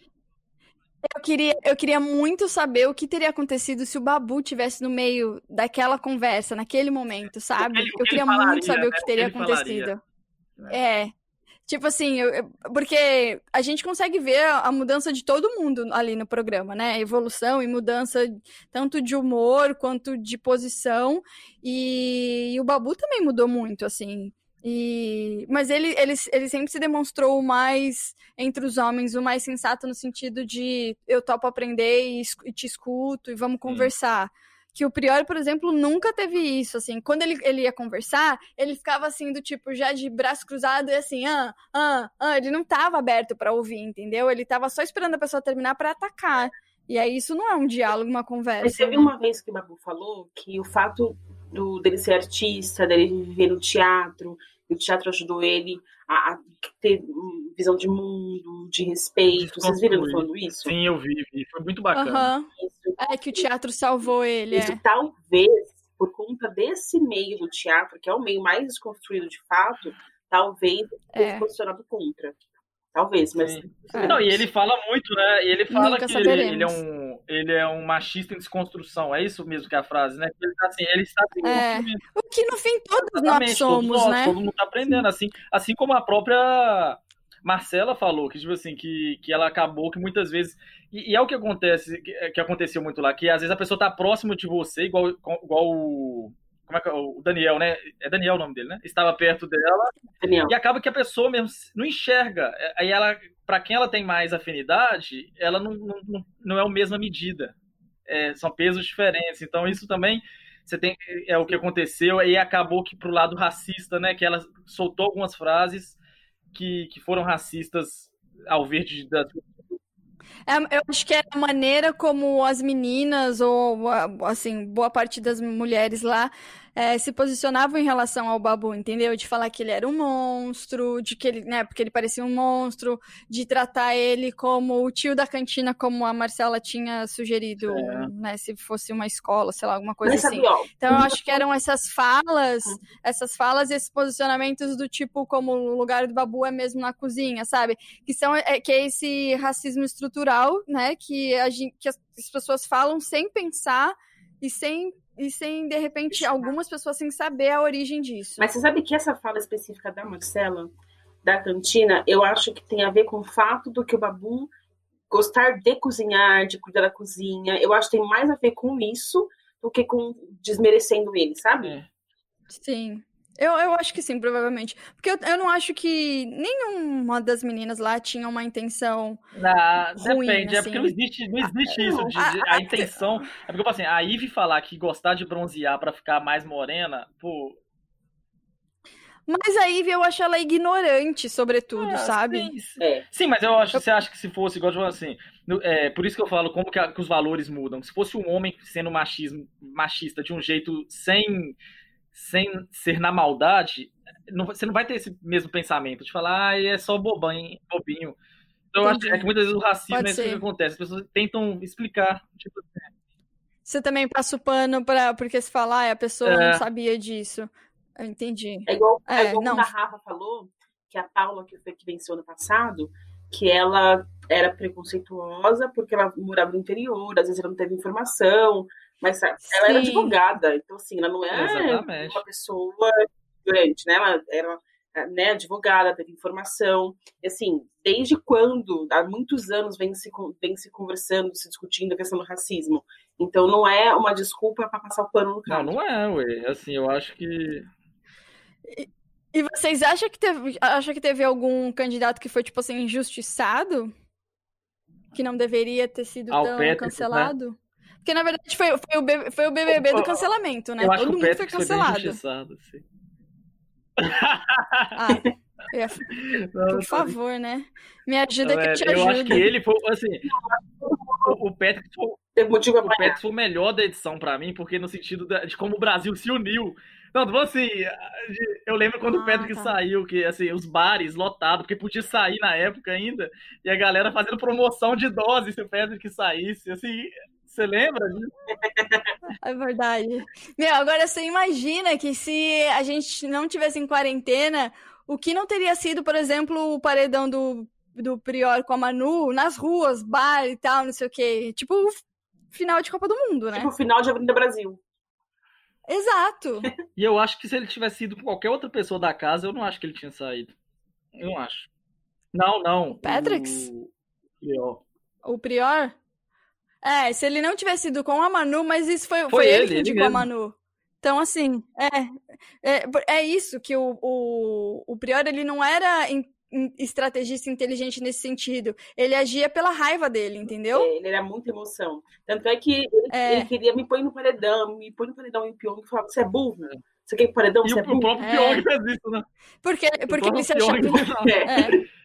Speaker 4: Eu queria, eu queria muito saber o que teria acontecido se o Babu tivesse no meio daquela conversa, naquele momento, sabe?
Speaker 2: ele- o que
Speaker 4: eu queria
Speaker 2: ele falaria,
Speaker 4: muito saber
Speaker 2: né?
Speaker 4: o que
Speaker 2: O que
Speaker 4: teria
Speaker 2: ele falaria.
Speaker 4: acontecido. É. Tipo assim, eu- eu- porque a gente consegue ver a, a mudança de todo mundo ali no programa, né? Evolução e mudança tanto de humor quanto de posição. E, e o Babu também mudou muito, assim. E, mas ele, ele, ele sempre se demonstrou o mais, entre os homens, o mais sensato no sentido de eu topo aprender e, es- e te escuto e vamos conversar. Que o Priori, por exemplo, nunca teve isso, assim. Quando ele, ele ia conversar, ele ficava assim, do tipo, já de braço cruzado e assim, ah, ah, ah. Ele não tava aberto pra ouvir, entendeu? Ele tava só esperando a pessoa terminar pra atacar. E aí isso não é um diálogo, uma
Speaker 3: Mas
Speaker 4: conversa,
Speaker 3: teve
Speaker 4: né?
Speaker 3: uma vez que o Babu falou que o fato do, dele ser artista, dele viver no teatro, e o teatro ajudou ele a, a ter hum, visão de mundo, de respeito. Vocês viram ele falando isso?
Speaker 2: Sim, eu vi, vi. Foi muito bacana.
Speaker 4: Aham.
Speaker 3: Isso,
Speaker 4: É que o teatro salvou ele,
Speaker 3: isso
Speaker 4: é.
Speaker 3: talvez, por conta desse meio do teatro, que é o meio mais desconstruído de fato, talvez ele tenha
Speaker 4: É.
Speaker 3: se posicionado contra. Talvez, mas...
Speaker 2: Sim.
Speaker 4: É.
Speaker 2: Não, e ele fala muito, né? E ele fala
Speaker 4: Nunca
Speaker 2: que ele, ele é
Speaker 4: saberemos.
Speaker 2: um ele é um machista em desconstrução. É isso mesmo que é a frase, né? Ele tá assim, ele está se
Speaker 4: É.
Speaker 2: construindo.
Speaker 4: O que no fim todos nós
Speaker 2: Exatamente, todos
Speaker 4: somos,
Speaker 2: nós,
Speaker 4: né?
Speaker 2: todo mundo tá aprendendo, assim, assim como a própria Marcela falou, que tipo assim, que, que ela acabou que muitas vezes, e, e é o que acontece, que, que aconteceu muito lá, que às vezes a pessoa tá próxima de você, igual, igual o, como é que é, o Daniel, né? É Daniel o nome dele, né? Estava perto dela,
Speaker 3: Daniel,
Speaker 2: e acaba que a pessoa mesmo não enxerga, aí ela, para quem ela tem mais afinidade, ela não, não, não é a mesma medida, é, são pesos diferentes, então isso também você tem, é o que aconteceu, e acabou que pro lado racista, né, que ela soltou algumas frases que, que foram racistas ao ver de, da...
Speaker 4: É, eu acho que é a maneira como as meninas, ou assim, boa parte das mulheres lá, é, se posicionavam em relação ao Babu, entendeu? De falar que ele era um monstro, de que ele, né, porque ele parecia um monstro, de tratar ele como o tio da cantina, como a Marcela tinha sugerido,
Speaker 2: É.
Speaker 4: né, se fosse uma escola, sei lá, alguma coisa
Speaker 3: mas
Speaker 4: assim.
Speaker 3: sabe, ó,
Speaker 4: Então eu acho que eram essas falas, essas falas e esses posicionamentos do tipo como o lugar do Babu é mesmo na cozinha, sabe? Que são é, que é esse racismo estrutural, né? Que, a gente, que as, as pessoas falam sem pensar e sem, e sem, de repente, algumas pessoas sem saber a origem disso.
Speaker 3: Mas você sabe que essa fala específica da Marcela, da cantina, eu acho que tem a ver com o fato do que o Babu gostar de cozinhar, de cuidar da cozinha. Eu acho que tem mais a ver com isso do que com desmerecendo ele, sabe?
Speaker 2: É.
Speaker 4: Sim. Eu, eu acho que sim, provavelmente. Porque eu, eu não acho que nenhuma das meninas lá tinha uma intenção
Speaker 2: Na,
Speaker 4: ruim,
Speaker 2: depende, é
Speaker 4: assim.
Speaker 2: porque não existe, não existe
Speaker 3: Ah,
Speaker 2: isso,
Speaker 3: não.
Speaker 2: de,
Speaker 4: A-
Speaker 2: de-
Speaker 4: a-
Speaker 2: a intenção, é porque, assim, a Ivy falar que gostar de bronzear pra ficar mais morena, pô,
Speaker 4: Mas a Ivy, eu acho ela ignorante, sobretudo,
Speaker 2: é,
Speaker 4: sabe?
Speaker 2: sim, sim.
Speaker 3: É.
Speaker 2: Sim, mas eu acho, você acha que se fosse, igual de falar assim, no- é, por isso que eu falo como que, a- que os valores mudam. Se fosse um homem sendo machismo, machista de um jeito sem, sem ser na maldade, não- você não vai ter esse mesmo pensamento de falar, ah, é só bobinho, bobinho. Então, eu acho
Speaker 4: Entendi.
Speaker 2: é que muitas vezes o racismo
Speaker 4: Pode
Speaker 2: é isso que
Speaker 4: ser.
Speaker 2: acontece. As pessoas tentam explicar. Tipo,
Speaker 4: Você também passa o pano pra, porque se falar, a pessoa
Speaker 2: É.
Speaker 4: não sabia disso. Eu entendi.
Speaker 3: É igual, é
Speaker 4: É,
Speaker 3: igual
Speaker 4: não.
Speaker 3: quando a Rafa falou que a Paula, que foi que venceu no passado, que ela era preconceituosa porque ela morava no interior, às vezes ela não teve informação, mas sabe, ela era
Speaker 4: Sim.
Speaker 3: advogada, então assim, ela não é
Speaker 2: Exatamente.
Speaker 3: uma pessoa grande, né? Ela era, né, advogada, teve informação, e assim, desde quando, há muitos anos, vem se, con- vem se conversando, se discutindo a questão do racismo. Então não é uma desculpa para passar o pano no
Speaker 2: Não,
Speaker 3: cara.
Speaker 2: não é, ué. Assim, eu acho que.
Speaker 4: E vocês acham que teve, acham que teve algum candidato que foi, tipo assim, injustiçado? Que não deveria ter sido
Speaker 2: Ah, o
Speaker 4: tão
Speaker 2: Patrick,
Speaker 4: cancelado? Porque, na verdade, foi, foi, o, B- foi o B B B do cancelamento, né?
Speaker 2: Eu acho
Speaker 4: Todo
Speaker 2: que o
Speaker 4: mundo foi
Speaker 2: Patrick foi bem
Speaker 4: cancelado.
Speaker 2: injustiçado. Assim.
Speaker 4: Ah, eu ia-
Speaker 2: Não,
Speaker 4: por favor, né? Me ajuda que eu te
Speaker 2: eu
Speaker 4: ajudo.
Speaker 2: acho que ele foi, assim, o, o Patrick foi,
Speaker 3: Teve motivo
Speaker 2: o Patrick foi o melhor da edição pra mim, porque no sentido da- de como o Brasil se uniu. Não, tipo assim, eu lembro quando o
Speaker 4: Ah,
Speaker 2: Patrick
Speaker 4: tá.
Speaker 2: saiu, que assim, os bares lotados, porque podia sair na época ainda, e a galera fazendo promoção de doses se o Patrick saísse, assim, você lembra disso?
Speaker 4: É verdade. Meu, agora você imagina que se a gente não tivesse em quarentena, o que não teria sido, por exemplo, o paredão do, do Prior com a Manu nas ruas, bar e tal, não sei o quê. Tipo o final de Copa do Mundo, né?
Speaker 3: Tipo o final de Avenida Brasil.
Speaker 4: Exato.
Speaker 2: E eu acho que se ele tivesse ido com qualquer outra pessoa da casa, eu não acho que ele tinha saído. Eu não acho. Não, não.
Speaker 4: Patricks?
Speaker 2: O Prior.
Speaker 4: O Prior? É, se ele não tivesse ido com a Manu, mas isso foi, foi,
Speaker 2: Foi
Speaker 4: ele,
Speaker 2: ele,
Speaker 4: que
Speaker 2: ele
Speaker 4: indicou a
Speaker 2: mesmo.
Speaker 4: Manu. Então, assim, é, é, é isso que o, o, o Prior, ele não era in- in- estrategista inteligente nesse sentido. Ele agia pela raiva dele, entendeu?
Speaker 3: É, ele era muita emoção. Tanto é que ele,
Speaker 4: É.
Speaker 3: ele queria me pôr no paredão, me pôr no paredão e o Pyong falava, você é burro? Você quer ir pro paredão?
Speaker 2: E
Speaker 3: Você
Speaker 2: o,
Speaker 3: é
Speaker 2: o
Speaker 3: burro?
Speaker 2: próprio
Speaker 4: É.
Speaker 2: Pyong fez isso, né?
Speaker 4: Porque,
Speaker 2: O
Speaker 4: porque ele
Speaker 2: próprio
Speaker 4: se achava.
Speaker 2: Pyong fez isso.
Speaker 3: É.
Speaker 4: É.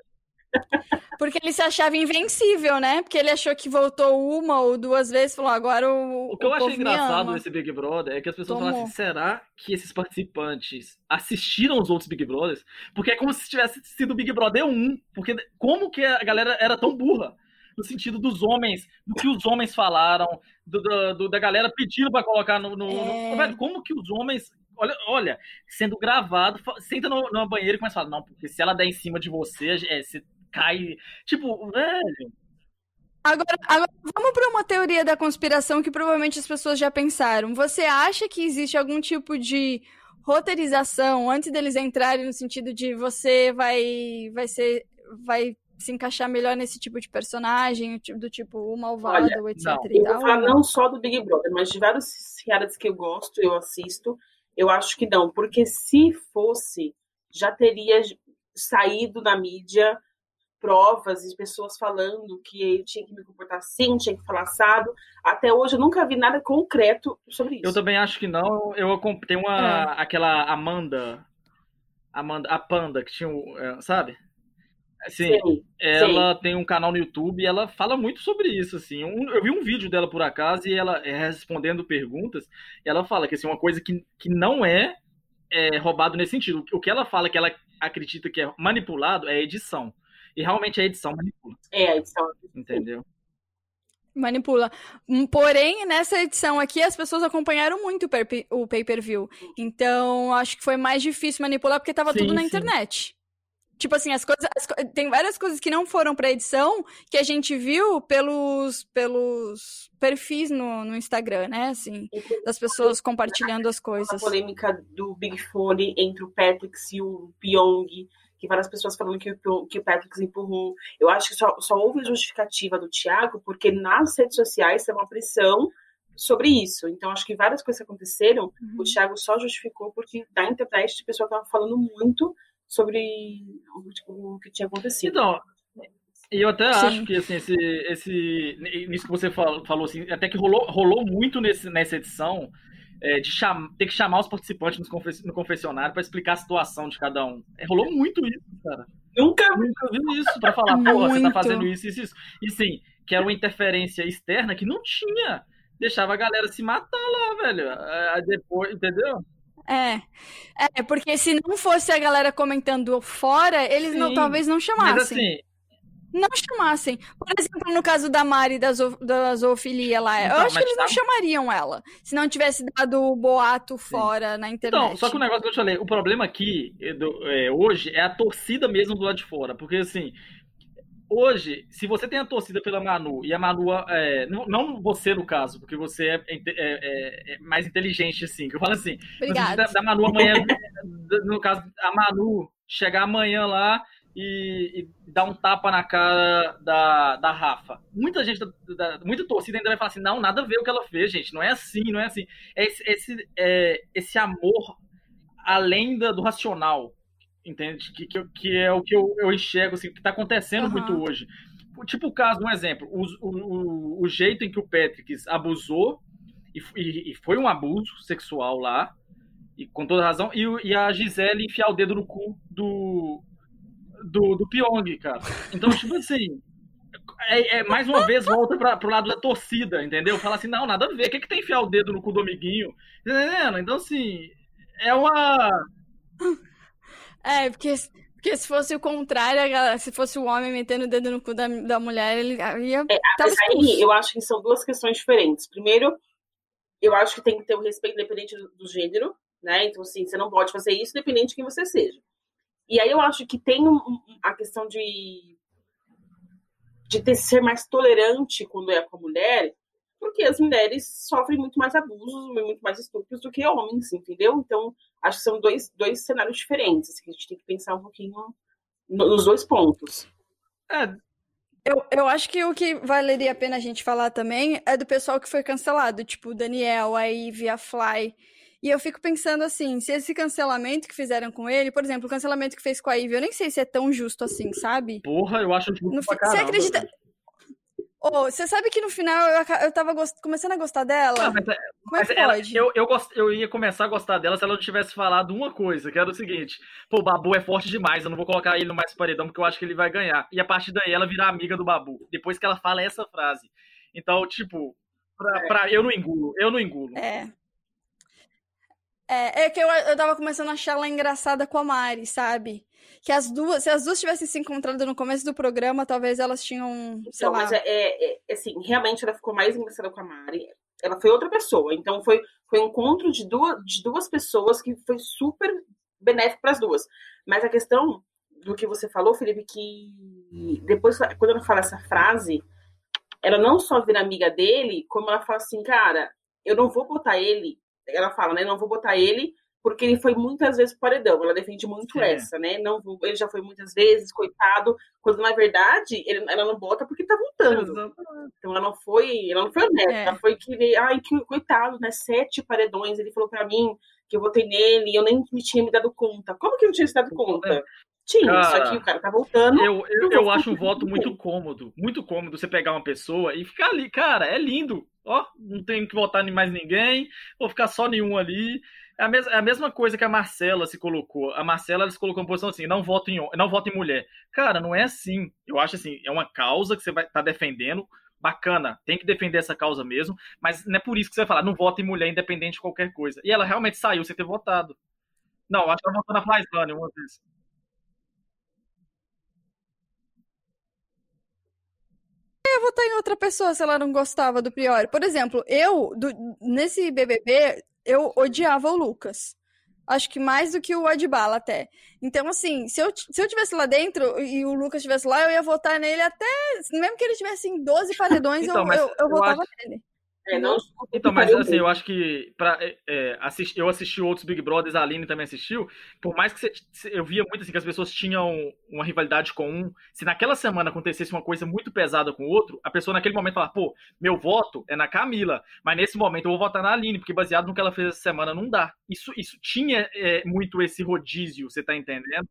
Speaker 4: Porque ele se achava invencível, né? Porque ele achou que voltou uma ou duas vezes e falou, agora o,
Speaker 2: O que eu
Speaker 4: o
Speaker 2: achei
Speaker 4: povo me
Speaker 2: engraçado
Speaker 4: ama.
Speaker 2: nesse Big Brother é que as pessoas falam
Speaker 4: Tomou.
Speaker 2: assim, será que esses participantes assistiram os outros Big Brothers? Porque é como se tivesse sido o Big Brother um. Porque como que a galera era tão burra? No sentido dos homens, do que os homens falaram, do, do- do- da galera pedindo pra colocar no... no-
Speaker 4: É.
Speaker 2: no- Velho, como que os homens... Olha, olha sendo gravado, fa- senta no, numa banheira e começa a falar, não, porque se ela der em cima de você, é, você cai... Tipo, velho...
Speaker 4: Agora, agora, vamos para uma teoria da conspiração que provavelmente as pessoas já pensaram. Você acha que existe algum tipo de roteirização antes deles entrarem no sentido de você vai, vai ser, vai se encaixar melhor nesse tipo de personagem, do tipo o malvado,
Speaker 3: Olha,
Speaker 4: etc
Speaker 2: não.
Speaker 4: e
Speaker 3: Eu
Speaker 4: tal?
Speaker 3: vou falar
Speaker 4: ou não?
Speaker 3: não só do Big Brother, mas de vários realities que eu gosto, eu assisto, eu acho que não, porque se fosse, já teria saído na mídia provas e pessoas falando que eu tinha que me comportar assim, tinha que falar assado. Até hoje eu nunca vi nada concreto sobre isso.
Speaker 2: Eu também acho que não. Eu comp- tem uma aquela Amanda, Amanda, a Panda que tinha, o- é, sabe? Assim,
Speaker 3: Sei,
Speaker 2: ela tem um canal no YouTube e ela fala muito sobre isso, assim. Um- eu vi um vídeo dela por acaso e ela é, respondendo perguntas, e ela fala que assim, uma coisa que, que não é, é roubado nesse sentido. O que ela fala que ela acredita que é manipulado é a edição. E realmente a edição manipula,
Speaker 3: É, a edição.
Speaker 2: entendeu?
Speaker 4: Manipula. Hum, Porém, nessa edição aqui, as pessoas acompanharam muito o per- o pay-per-view. Então, acho que foi mais difícil manipular porque tava
Speaker 2: Sim,
Speaker 4: tudo na
Speaker 2: sim.
Speaker 4: internet. Tipo assim, as coisas. as co- tem várias coisas que não foram pra edição que a gente viu pelos, pelos perfis no, no Instagram, né? Assim, das pessoas compartilhando as
Speaker 3: A
Speaker 4: coisas.
Speaker 3: polêmica do Big Fone entre o Patrick e o Pyong, que várias pessoas falando que o, Pyong- que o Patrick empurrou. Eu acho que só, só houve justificativa do Thiago porque nas redes sociais teve uma pressão sobre isso. Então, acho que várias coisas que aconteceram,
Speaker 4: Uhum.
Speaker 3: o Thiago só justificou porque da internet a pessoa estava falando muito sobre o, tipo, o que tinha acontecido.
Speaker 2: Então, e eu até
Speaker 4: Sim.
Speaker 2: acho que assim, esse, esse, nisso que você falou, falou assim, até que rolou, rolou muito nesse, nessa edição é, de cham, ter que chamar os participantes no, confe, no confessionário para explicar a situação de cada um. É, rolou muito isso, cara.
Speaker 3: Nunca
Speaker 2: Nunca vi isso para falar, porra, você tá
Speaker 4: Muito.
Speaker 2: fazendo isso, isso, isso. E sim, que era uma interferência externa que não tinha. Deixava a galera se matar lá, velho. Aí depois, entendeu?
Speaker 4: É. É, porque se não fosse a galera comentando fora, eles não,
Speaker 2: Sim,
Speaker 4: talvez não
Speaker 2: Mas
Speaker 4: chamassem.
Speaker 2: assim,
Speaker 4: Não chamassem. Por exemplo, no caso da Mari da, zo, da zoofilia lá, eu
Speaker 2: Então,
Speaker 4: acho que
Speaker 2: mas
Speaker 4: eles não
Speaker 2: tá-
Speaker 4: chamariam ela. Se não tivesse dado o boato fora na internet.
Speaker 2: Então, só que o negócio que eu te falei, o problema aqui é, do- é, hoje é a torcida mesmo do lado de fora. Porque assim, hoje, se você tem a torcida pela Manu e a Manu, é, não, não você no caso, porque você é, é- é- é mais inteligente assim, que eu falo assim,
Speaker 4: Obrigada.
Speaker 2: da, da Manu amanhã, no caso, a Manu chegar amanhã lá e, e dar um tapa na cara da, da Rafa. Muita gente, da, da- muita torcida ainda vai falar assim, não, nada a ver o que ela fez, gente, não é assim, não é assim. É esse, esse, é, esse amor além da- do racional, entende? Que, que, eu- que é o que eu, eu enxergo, assim, que está acontecendo
Speaker 4: Aham.
Speaker 2: muito hoje. Tipo o caso, um exemplo, o, o, o jeito em que o Patrick abusou, e, e, e foi um abuso sexual lá, e com toda razão, e, o- e a Gisele enfiar o dedo no cu do, do, do Pyong, cara. Então, tipo assim, é, é, mais uma vez volta pra, pro lado da torcida, entendeu? Fala assim, não, nada a ver, o que, que tem enfiar o dedo no cu do amiguinho? Entendendo? Então, assim, é uma...
Speaker 4: É, porque, porque se fosse o contrário, a galera- se fosse o homem metendo o dedo no cu da, da mulher, ele ia
Speaker 3: É,
Speaker 4: tava
Speaker 3: mas aí
Speaker 4: expulso.
Speaker 3: eu acho que são duas questões diferentes. Primeiro, eu acho que tem que ter o respeito independente do, do gênero, né? Então, assim, você não pode fazer isso independente de quem você seja. E aí eu acho que tem um- um- a questão de, de ter, ser mais tolerante quando é com a mulher, porque as mulheres sofrem muito mais abusos, muito mais estupros do que homens, entendeu? Então, acho que são dois, dois cenários diferentes, assim, que a gente tem que pensar um pouquinho no- nos dois pontos.
Speaker 2: É,
Speaker 4: Eu, eu acho que o que valeria a pena a gente falar também é do pessoal que foi cancelado, tipo o Daniel, a Ivy, a Fly. E eu fico pensando assim, se esse cancelamento que fizeram com ele, por exemplo, o cancelamento que fez com a Ivy, eu nem sei se é tão justo assim, sabe?
Speaker 2: porra, eu acho justo
Speaker 4: No
Speaker 2: pra
Speaker 4: fi- Você
Speaker 2: caramba.
Speaker 4: acredita?
Speaker 2: velho.
Speaker 4: Ô, você sabe que no final eu, aca- eu tava gost- começando a gostar dela?
Speaker 2: Ah, mas, é-
Speaker 4: Como é
Speaker 2: mas
Speaker 4: que
Speaker 2: ela-
Speaker 4: pode?
Speaker 2: eu, eu, gost- eu ia começar a gostar dela se ela não tivesse falado uma coisa, que era o seguinte: pô, o Babu é forte demais, eu não vou colocar ele no mais paredão porque eu acho que ele vai ganhar. E a partir daí ela virar amiga do Babu, depois que ela fala essa frase. Então, tipo, pra, pra- eu não engulo, eu não engulo.
Speaker 4: É. É, é que eu, eu tava começando a achar ela engraçada com a Mari, sabe? Que as duas, se as duas tivessem se encontrado no começo do programa, talvez elas tinham, sei
Speaker 3: Então,
Speaker 4: lá.
Speaker 3: mas é, é- é, assim, realmente ela ficou mais engraçada com a Mari. Ela foi outra pessoa. Então foi, foi um encontro de duas, de duas pessoas que foi super benéfico para as duas. Mas a questão do que você falou, Felipe, que depois, quando ela fala essa frase, ela não só vira amiga dele, como ela fala assim, cara, eu não vou botar ele. Ela fala, né? Não vou botar ele porque ele foi muitas vezes pro paredão. Ela defende muito
Speaker 2: É.
Speaker 3: essa, né? Não, vou- ele já foi muitas vezes, coitado. Quando na verdade ele- ela não bota porque tá voltando.
Speaker 2: Exatamente.
Speaker 3: Então ela não foi, ela não foi honesta,
Speaker 4: É.
Speaker 3: ela foi querer, ai, que coitado, né? Sete paredões. Ele falou pra mim que eu votei nele e eu nem me tinha me dado conta. Como que eu não tinha se dado conta? Tinha,
Speaker 2: Cara,
Speaker 3: só que o cara tá voltando.
Speaker 2: Eu, eu,
Speaker 3: eu
Speaker 2: eu
Speaker 3: vou
Speaker 2: acho um
Speaker 3: ficar
Speaker 2: voto
Speaker 3: com
Speaker 2: muito
Speaker 3: ele.
Speaker 2: cômodo, muito cômodo você pegar uma pessoa e ficar ali, cara, é lindo. Ó, não tenho que votar em mais ninguém, vou ficar só nenhum ali. É a, mes é a mesma coisa que a Marcela se colocou. A Marcela ela se colocou em posição assim, não voto em, não voto em mulher. Cara, não é assim. Eu acho assim, é uma causa que você vai estar tá defendendo, bacana, tem que defender essa causa mesmo, mas não é por isso que você vai falar, não voto em mulher independente de qualquer coisa. E ela realmente saiu sem ter votado. Não, acho que ela votou na Flyslane uma vez.
Speaker 4: Eu ia votar em outra pessoa se ela não gostava do Priori. Por exemplo, eu, do- nesse B B B, eu odiava o Lucas. Acho que mais do que o Adbala até. Então, assim, se eu, se eu tivesse lá dentro e o Lucas estivesse lá, eu ia votar nele até. Mesmo que ele tivesse em doze paredões,
Speaker 2: Então,
Speaker 4: eu,
Speaker 2: mas
Speaker 4: eu, eu
Speaker 2: eu
Speaker 4: votava
Speaker 2: acho-
Speaker 4: nele.
Speaker 3: É, não,
Speaker 2: Então, mas
Speaker 3: faria o
Speaker 2: assim,
Speaker 3: mesmo.
Speaker 2: eu acho que pra, é, é, assisti- eu assisti outros Big Brothers, a Aline também assistiu. Por mais que você- eu via muito assim que as pessoas tinham uma rivalidade com um, se naquela semana acontecesse uma coisa muito pesada com o outro, a pessoa naquele momento falava, pô, meu voto é na Camila, mas nesse momento eu vou votar na Aline, porque baseado no que ela fez essa semana não dá. Isso, isso tinha é, muito esse rodízio, você tá entendendo?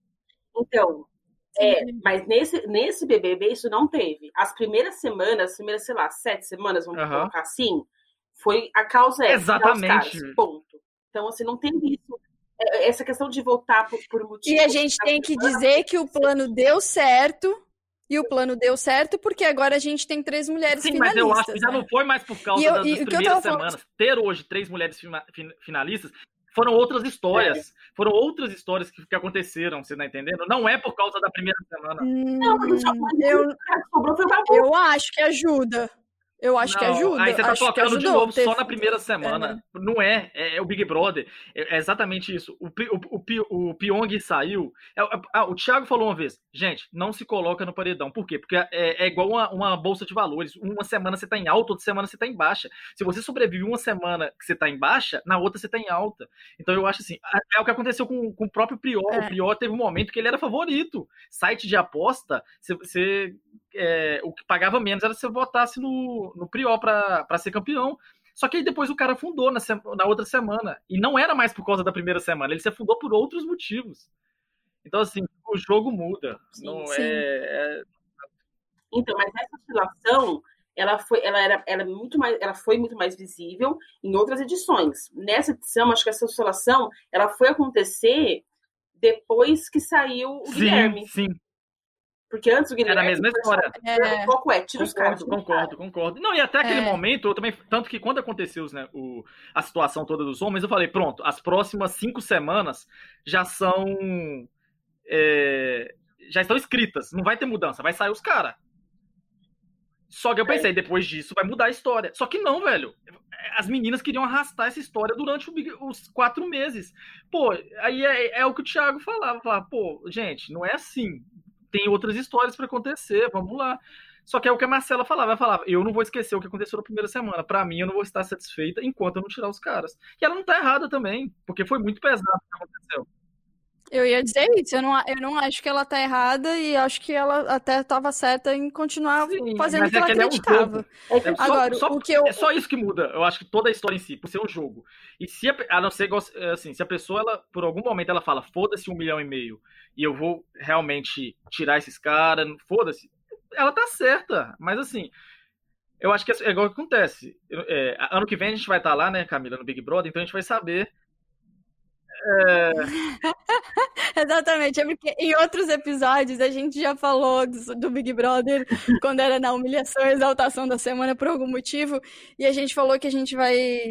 Speaker 3: Então, é, mas nesse, nesse B B B isso não teve. As primeiras semanas, as primeiras, sei lá, sete semanas, vamos
Speaker 2: Aham.
Speaker 3: colocar assim, foi a causa é tirar os
Speaker 2: Exatamente.
Speaker 3: caras, ponto. Então, assim, não tem isso. É, essa questão de votar por, por motivo.
Speaker 4: E a gente tem que dizer que o plano deu certo. E o plano deu certo porque agora a gente tem três mulheres
Speaker 2: Sim, mas
Speaker 4: finalistas.
Speaker 2: eu acho que já
Speaker 4: né?
Speaker 2: não foi mais por causa
Speaker 4: E eu-
Speaker 2: das,
Speaker 4: e
Speaker 2: das
Speaker 4: o que eu
Speaker 2: primeiras
Speaker 4: tava falando-
Speaker 2: semanas. Ter hoje três mulheres fina- fin- finalistas foram outras histórias. Foram outras histórias que, que aconteceram, você tá entendendo? Não é por causa da primeira semana.
Speaker 3: Não, mas só- mas
Speaker 4: eu,
Speaker 3: o cara que sobrou foi o Babu.
Speaker 4: eu acho que ajuda. Eu acho que
Speaker 2: Não,
Speaker 4: ajuda.
Speaker 2: aí você tá
Speaker 4: acho que
Speaker 2: tocando de
Speaker 4: ajudou.
Speaker 2: novo
Speaker 4: Teve-
Speaker 2: só na primeira semana. Não é, é, é o Big Brother. É, é exatamente isso. O, Pi- o, o, Pi- o Pyong saiu. É, é, ah, o Thiago falou uma vez, gente, não se coloca no paredão. Por quê? Porque é, é igual uma, uma bolsa de valores. Uma semana você tá em alta, outra semana você tá em baixa. Se você sobrevive uma semana que você tá em baixa, na outra você tá em alta. Então eu acho assim, é, é o que aconteceu com, com o próprio Prior.
Speaker 4: É.
Speaker 2: O Prior teve um momento que ele era favorito. Site de aposta, você, você é, o que pagava menos era se você votasse no, no Prior pra, pra ser campeão. Só que aí depois o cara afundou na, sema- na outra semana. E não era mais por causa da primeira semana, ele se afundou por outros motivos. Então, assim, o jogo muda.
Speaker 3: Sim,
Speaker 2: não
Speaker 4: sim.
Speaker 2: é, é-
Speaker 3: Então, mas essa oscilação, ela foi, ela era, ela é muito mais, ela foi muito mais visível em outras edições. Nessa edição, acho que essa oscilação, ela foi acontecer depois que saiu o Guilherme.
Speaker 2: Sim, sim.
Speaker 3: Porque antes o Guilherme...
Speaker 2: Era a mesma história.
Speaker 3: É... O foco é, tira os caras.
Speaker 2: Concordo, concordo, concordo. Não, e até aquele
Speaker 4: É.
Speaker 2: momento, eu também... Tanto que quando aconteceu né, o, a situação toda dos homens, eu falei, pronto, as próximas cinco semanas já são... É, já estão escritas. Não vai ter mudança, vai sair os caras. Só que eu pensei, depois disso vai mudar a história. Só que não, velho. As meninas queriam arrastar essa história durante o Big, os quatro meses. Pô, aí é, é o que o Thiago falava. falava. Pô, gente, não é assim. Tem outras histórias pra acontecer, vamos lá. Só que é o que a Marcela falava. Ela falava, eu não vou esquecer o que aconteceu na primeira semana. Pra mim, eu não vou estar satisfeita enquanto eu não tirar os caras. E ela não tá errada também, porque foi muito pesado o que aconteceu.
Speaker 4: Eu ia dizer isso, eu não, eu não acho que ela tá errada e acho que ela até estava certa em continuar
Speaker 2: Sim,
Speaker 4: fazendo
Speaker 2: mas
Speaker 4: o que
Speaker 2: é
Speaker 4: ela
Speaker 2: que ele é um
Speaker 4: acreditava.
Speaker 2: jogo. É só,
Speaker 4: Agora,
Speaker 2: só-
Speaker 4: o que eu...
Speaker 2: é só isso que muda. Eu acho que toda a história em si, por ser um jogo. E se a, a não ser igual- assim, se a pessoa, ela, por algum momento, ela fala, foda-se um milhão e meio, e eu vou realmente tirar esses caras, foda-se, ela tá certa. Mas assim, eu acho que é igual que acontece. Eu- é, ano que vem a gente vai estar lá, né, Camila, no Big Brother, então a gente vai saber.
Speaker 4: Exatamente, é porque em outros episódios a gente já falou do, do Big Brother quando era na humilhação e exaltação da semana por algum motivo, e a gente falou que a gente vai,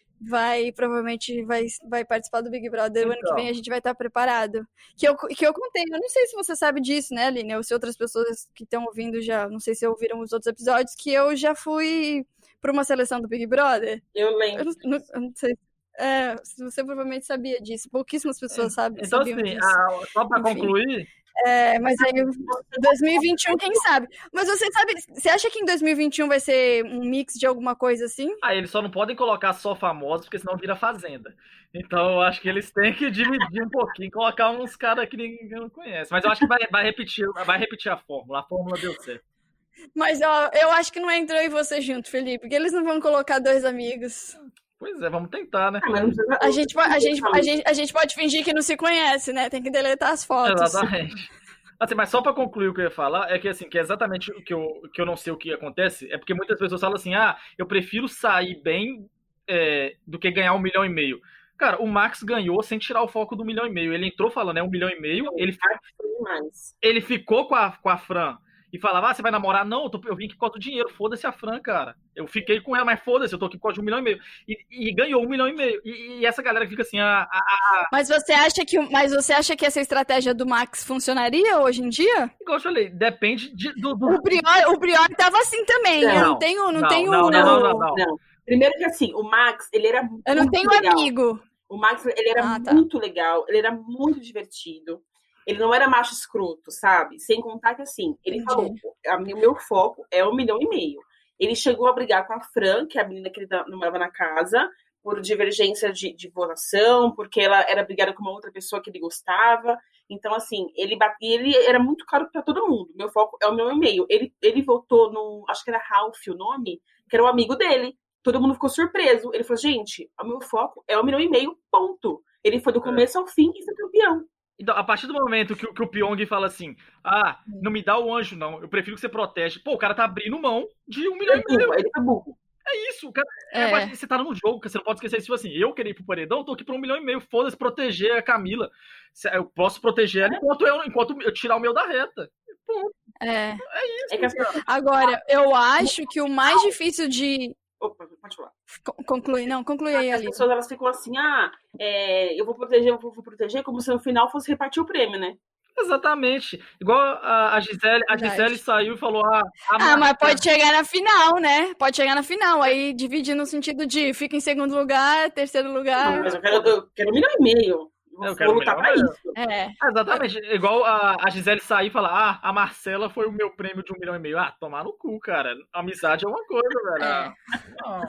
Speaker 4: vai provavelmente vai, vai participar do Big Brother o ano que
Speaker 2: Então.
Speaker 4: vem, a gente vai estar preparado. Que eu, que eu contei, eu não sei se você sabe disso, né, Aline, ou se outras pessoas que estão ouvindo já, não sei se ouviram os outros episódios, que eu já fui para uma seleção do Big Brother.
Speaker 3: Eu
Speaker 4: Eu
Speaker 3: lembro.
Speaker 4: não, não- eu não sei. É, você provavelmente sabia disso. Pouquíssimas pessoas sabem,
Speaker 2: Então,
Speaker 4: sabiam
Speaker 2: assim,
Speaker 4: disso.
Speaker 2: a- só pra
Speaker 4: Enfim.
Speaker 2: concluir,
Speaker 4: É, mas aí, dois mil e vinte e um, quem sabe? Mas você sabe, você acha que em dois mil e vinte e um vai ser um mix de alguma coisa assim?
Speaker 2: ah, eles só não podem colocar só famosos, porque senão vira Fazenda. Então eu acho que eles têm que dividir um pouquinho, colocar uns caras que ninguém não conhece. Mas eu acho que vai, vai, repetir, vai repetir a fórmula. A fórmula deu certo.
Speaker 4: Mas ó, eu acho que não entrou em você junto, Felipe, porque eles não vão colocar dois amigos.
Speaker 2: Pois é, vamos tentar, né?
Speaker 3: Ah, mas não precisa-
Speaker 4: A gente, po- a, gente, a, gente, a gente pode fingir que não se conhece, né? Tem que deletar as fotos.
Speaker 2: Exatamente. Assim, mas só pra concluir o que eu ia falar, é que assim, que é exatamente o que eu, que eu não sei o que acontece, é porque muitas pessoas falam assim, ah, eu prefiro sair bem é, do que ganhar um milhão e meio. Cara, o Max ganhou sem tirar o foco do milhão e meio. Ele entrou falando, é um milhão e meio, ele,
Speaker 3: Foi demais.
Speaker 2: ele ficou com a, com a Fran e falava, ah, você vai namorar? Não, eu, tô- eu vim aqui por causa do dinheiro, foda-se a Fran, cara. Eu fiquei com ela, mas foda-se, eu tô aqui por causa de um milhão e meio. E, e ganhou um milhão e meio. E, e essa galera que fica assim, ah, ah, ah,
Speaker 4: Mas você acha que, mas você acha que essa estratégia do Max funcionaria hoje em dia?
Speaker 2: igual eu falei, depende de- do... do...
Speaker 4: O Prior, o Prior tava assim também. eu não
Speaker 2: Não,
Speaker 4: tenho, não,
Speaker 2: não,
Speaker 4: tenho,
Speaker 2: não, não, não, não, não.
Speaker 3: Não. Primeiro que assim, o Max, ele era muito
Speaker 4: eu não tenho
Speaker 3: legal.
Speaker 4: amigo.
Speaker 3: O Max, ele era
Speaker 4: Ah, tá.
Speaker 3: muito legal, ele era muito divertido. Ele não era macho escroto, sabe? Sem contar que, assim, ele
Speaker 4: Entendi.
Speaker 3: falou, "A mi- o meu foco é um milhão e meio. Ele chegou a brigar com a Fran, que é a menina que ele não morava na casa, por divergência de, de votação, porque ela era brigada com uma outra pessoa que ele gostava. Então, assim, ele, bate- e ele era muito caro pra todo mundo. Meu foco é um milhão e meio. Ele, ele votou no, acho que era Ralph o nome, que era um amigo dele. Todo mundo ficou surpreso. Ele falou, gente, o meu foco é um milhão e meio, ponto. Ele foi do começo ao fim e foi campeão.
Speaker 2: Então, a partir do momento que, o- que o Pyong fala assim, ah, não me dá o anjo, não, eu prefiro que você protege. Pô, o cara tá abrindo mão de um milhão
Speaker 3: Ele
Speaker 2: e meio.
Speaker 3: é burro, ele é burro.
Speaker 2: É isso, o cara.
Speaker 4: É.
Speaker 2: É, você tá no jogo, você não pode esquecer isso assim. Eu queria ir pro paredão, eu tô aqui por um milhão e meio. Foda-se, proteger a Camila. Se- Eu posso proteger ela enquanto eu, enquanto eu tirar o meu da reta. Pô,
Speaker 4: É.
Speaker 2: isso,
Speaker 3: É que as
Speaker 2: cara.
Speaker 3: pessoas...
Speaker 4: Agora, eu acho que o mais difícil de
Speaker 3: Opa, pode falar.
Speaker 4: Con- concluir, não, conclui aí,
Speaker 3: As
Speaker 4: Aline.
Speaker 3: pessoas elas ficam assim, ah, é, eu vou proteger, eu vou, vou proteger, como se no final fosse repartir o prêmio, né?
Speaker 2: Exatamente. Igual a, a Gisele, a
Speaker 4: Verdade.
Speaker 2: Gisele saiu e falou, ah, a
Speaker 4: Ah, mas
Speaker 2: Marcela-
Speaker 4: pode chegar na final, né? Pode chegar na final. Aí divide no sentido de fica em segundo lugar, terceiro
Speaker 3: Não,
Speaker 4: lugar.
Speaker 3: mas eu quero, eu quero um milhão e meio. Eu
Speaker 2: Eu
Speaker 3: vou
Speaker 2: quero um
Speaker 3: lutar
Speaker 2: milhão
Speaker 3: pra
Speaker 2: e meio.
Speaker 3: isso.
Speaker 4: É.
Speaker 2: Ah, exatamente. Igual a, a Gisele sair e falar, ah, a Marcela foi o meu prêmio de um milhão e meio. Ah, tomar no cu, cara. Amizade é uma coisa, velho.
Speaker 4: É.
Speaker 2: Ah,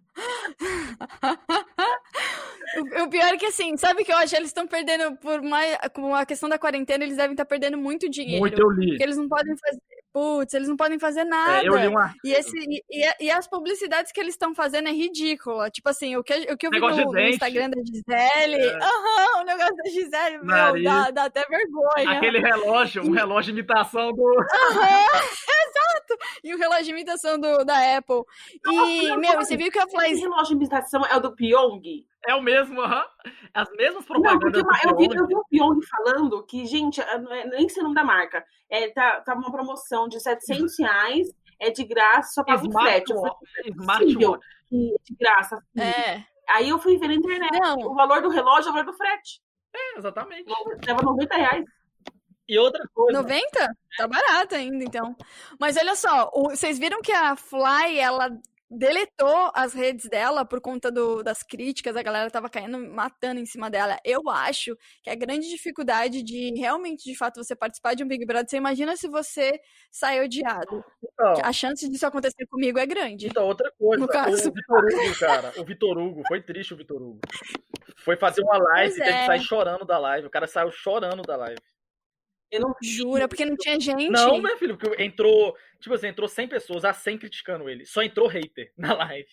Speaker 4: O, o pior é que assim, sabe que eu acho que eles estão perdendo por mais. Com a questão da quarentena, eles devem estar perdendo muito dinheiro.
Speaker 2: muito eu li.
Speaker 4: Porque eles não podem fazer. Putz, eles não podem fazer nada.
Speaker 2: É, eu li um artigo.
Speaker 4: E, esse, e, e- e as publicidades que eles estão fazendo é ridícula. Tipo assim, o que, o que eu vi no,
Speaker 2: Negócio de
Speaker 4: no
Speaker 2: dente.
Speaker 4: Instagram da Gisele.
Speaker 2: É.
Speaker 4: Aham, o negócio da Gisele, meu,
Speaker 2: Nariz.
Speaker 4: dá, dá até vergonha.
Speaker 2: Aquele relógio, um relógio de imitação do.
Speaker 4: Aham, exato. E o relógio de imitação do, da Apple. E, meu, você viu que eu falei.
Speaker 3: Esse relógio de imitação é o do Pyong?
Speaker 2: É o mesmo, aham. As mesmas
Speaker 3: Não, porque
Speaker 2: propagandas do
Speaker 3: eu vi, eu
Speaker 2: Pyong.
Speaker 3: vi o Pyong falando que, gente, eu não é- nem sei o nome da marca. É, tá, tá uma promoção de setecentos reais, é de graça, só paga um frete. Eu falei,
Speaker 2: Smartwatch.
Speaker 3: possível
Speaker 2: Smartwatch.
Speaker 3: que é de graça. Assim.
Speaker 4: É.
Speaker 3: Aí eu fui ver na internet.
Speaker 4: Não.
Speaker 3: O valor do relógio é o valor do frete.
Speaker 2: É, exatamente.
Speaker 3: Leva noventa reais.
Speaker 2: E outra coisa.
Speaker 4: noventa? Tá barato ainda, então. Mas olha só, o- vocês viram que a Fly, ela deletou as redes dela por conta do- das críticas, a galera tava caindo, matando em cima dela. Eu acho que a grande dificuldade de realmente, de fato, você participar de um Big Brother, você imagina se você sai odiado.
Speaker 2: Então,
Speaker 4: A chance disso acontecer comigo é grande.
Speaker 2: então, outra coisa.
Speaker 4: No caso.
Speaker 2: O Vitor Hugo, cara. O Vitor Hugo. Foi triste o Vitor Hugo. Foi fazer uma live
Speaker 4: Pois
Speaker 2: e teve
Speaker 4: é.
Speaker 2: que sair chorando da live. O cara saiu chorando da live.
Speaker 3: Eu não
Speaker 4: Jura, porque não tinha gente.
Speaker 2: Não, meu filho, porque entrou, tipo assim, entrou cem pessoas, a cem criticando ele. Só entrou hater na live.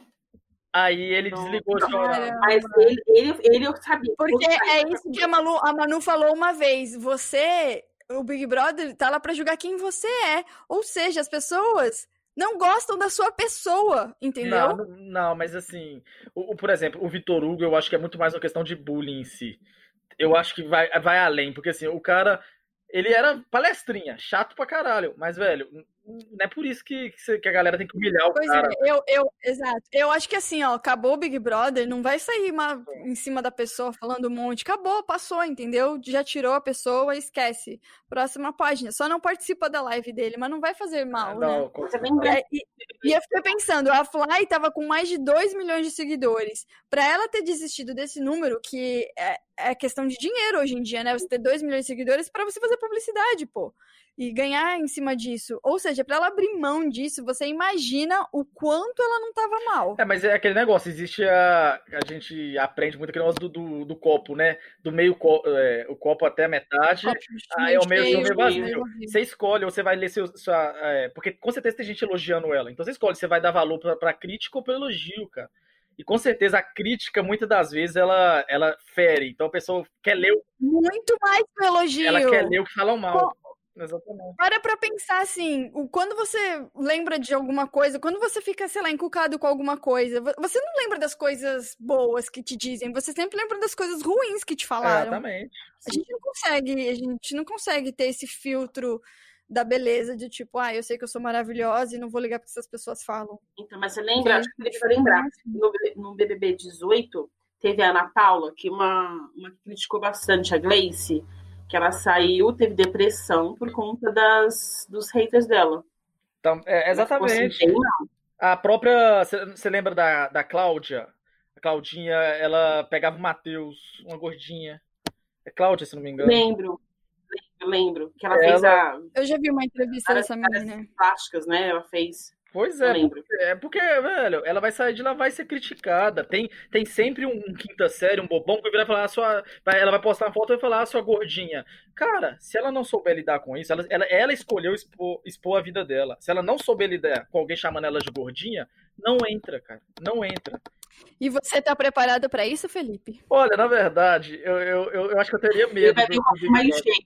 Speaker 2: Aí ele
Speaker 3: Não,
Speaker 2: desligou
Speaker 3: não.
Speaker 2: chorando.
Speaker 4: Caramba.
Speaker 3: Mas ele, ele, ele eu sabia.
Speaker 4: Porque
Speaker 3: Eu
Speaker 4: é
Speaker 3: sabia.
Speaker 4: isso que a Manu, a Manu falou uma vez. Você, o Big Brother, tá lá pra julgar quem você é. Ou seja, as pessoas não gostam da sua pessoa, entendeu?
Speaker 2: Não, não, não, mas assim, o, o- por exemplo, o Vitor Hugo, eu acho que é muito mais uma questão de bullying em si. Eu acho que vai, vai além, porque assim, o cara, ele era palestrinha, chato pra caralho, mas, velho, não é por isso que, que, você- que a galera tem que humilhar o
Speaker 4: Pois
Speaker 2: cara.
Speaker 4: é, eu, eu, exato. Eu acho que assim, ó, acabou o Big Brother, não vai sair uma, em cima da pessoa falando um monte. Acabou, passou, entendeu? Já tirou a pessoa, esquece. Próxima página. Só não participa da live dele, mas não vai fazer mal, né?
Speaker 2: Não, com-
Speaker 3: Você lembra?
Speaker 4: É, E, e eu fiquei pensando, a Fly tava com mais de dois milhões de seguidores. Pra ela ter desistido desse número, que é, é questão de dinheiro hoje em dia, né? Você ter dois milhões de seguidores pra você fazer publicidade, pô. E ganhar em cima disso. Ou seja, pra ela abrir mão disso, você imagina o quanto ela não tava mal.
Speaker 2: É, mas é aquele negócio, existe a. A gente aprende muito aquele negócio do, do, do copo, né? Do meio copo, é, o copo até a metade, aí é o meio,
Speaker 3: cheio,
Speaker 2: meio
Speaker 3: meio
Speaker 2: vazio. Você escolhe, ou você vai ler seu, sua. É, porque com certeza tem gente elogiando ela. Então você escolhe, você vai dar valor pra, pra crítica ou pro elogio, cara. E com certeza a crítica, muitas das vezes, ela, ela fere. Então a pessoa quer ler, o-
Speaker 4: Muito mais que o elogio.
Speaker 2: ela quer ler o que falam mal. Exatamente.
Speaker 4: Para pra pensar assim, o- quando você lembra de alguma coisa, quando você fica, sei lá, encucado com alguma coisa, vo- você não lembra das coisas boas que te dizem, você sempre lembra das coisas ruins que te falaram.
Speaker 2: Exatamente.
Speaker 4: A gente não consegue, a gente não consegue ter esse filtro da beleza de tipo, ah, eu sei que eu sou maravilhosa e não vou ligar porque essas pessoas falam.
Speaker 3: Então, mas você lembra?
Speaker 4: Sim.
Speaker 3: Acho que deixa eu lembrar. No, no B B B dezoito, teve a Ana Paula, que uma, uma que criticou bastante a Gleice, que ela saiu, teve depressão por conta das, dos haters dela.
Speaker 2: Então, é,
Speaker 3: Ela ficou assim,
Speaker 2: exatamente.
Speaker 3: bem mal.
Speaker 2: A própria. Você lembra da, da Cláudia? A Claudinha, ela pegava o Matheus, uma gordinha. É Cláudia, se não me engano.
Speaker 3: Lembro, lembro, lembro. Que ela,
Speaker 2: Ela-
Speaker 3: fez a,
Speaker 4: Eu já vi uma entrevista
Speaker 3: várias,
Speaker 4: dessa
Speaker 3: várias
Speaker 4: menina.
Speaker 3: plásticas, né? Ela fez.
Speaker 2: Pois
Speaker 3: Eu
Speaker 2: é,
Speaker 3: lembro.
Speaker 2: é porque, velho, ela vai sair de lá, vai ser criticada. Tem, tem sempre um, um quinta série, um bobão que vai virar e falar, ah, sua, vai- ela vai postar uma foto e vai falar, ah, sua gordinha. Cara, se ela não souber lidar com isso, ela, ela, ela escolheu expor, expor a vida dela. Se ela não souber lidar com alguém chamando ela de gordinha, não entra, cara. Não entra.
Speaker 4: E você tá preparado pra isso, Felipe?
Speaker 2: Olha, na verdade, eu, eu, eu, eu acho que eu teria
Speaker 3: Ele
Speaker 2: medo
Speaker 3: vai
Speaker 2: do,
Speaker 3: vir
Speaker 2: do
Speaker 3: uma
Speaker 2: Big
Speaker 3: mais
Speaker 2: Brother.
Speaker 3: cheia.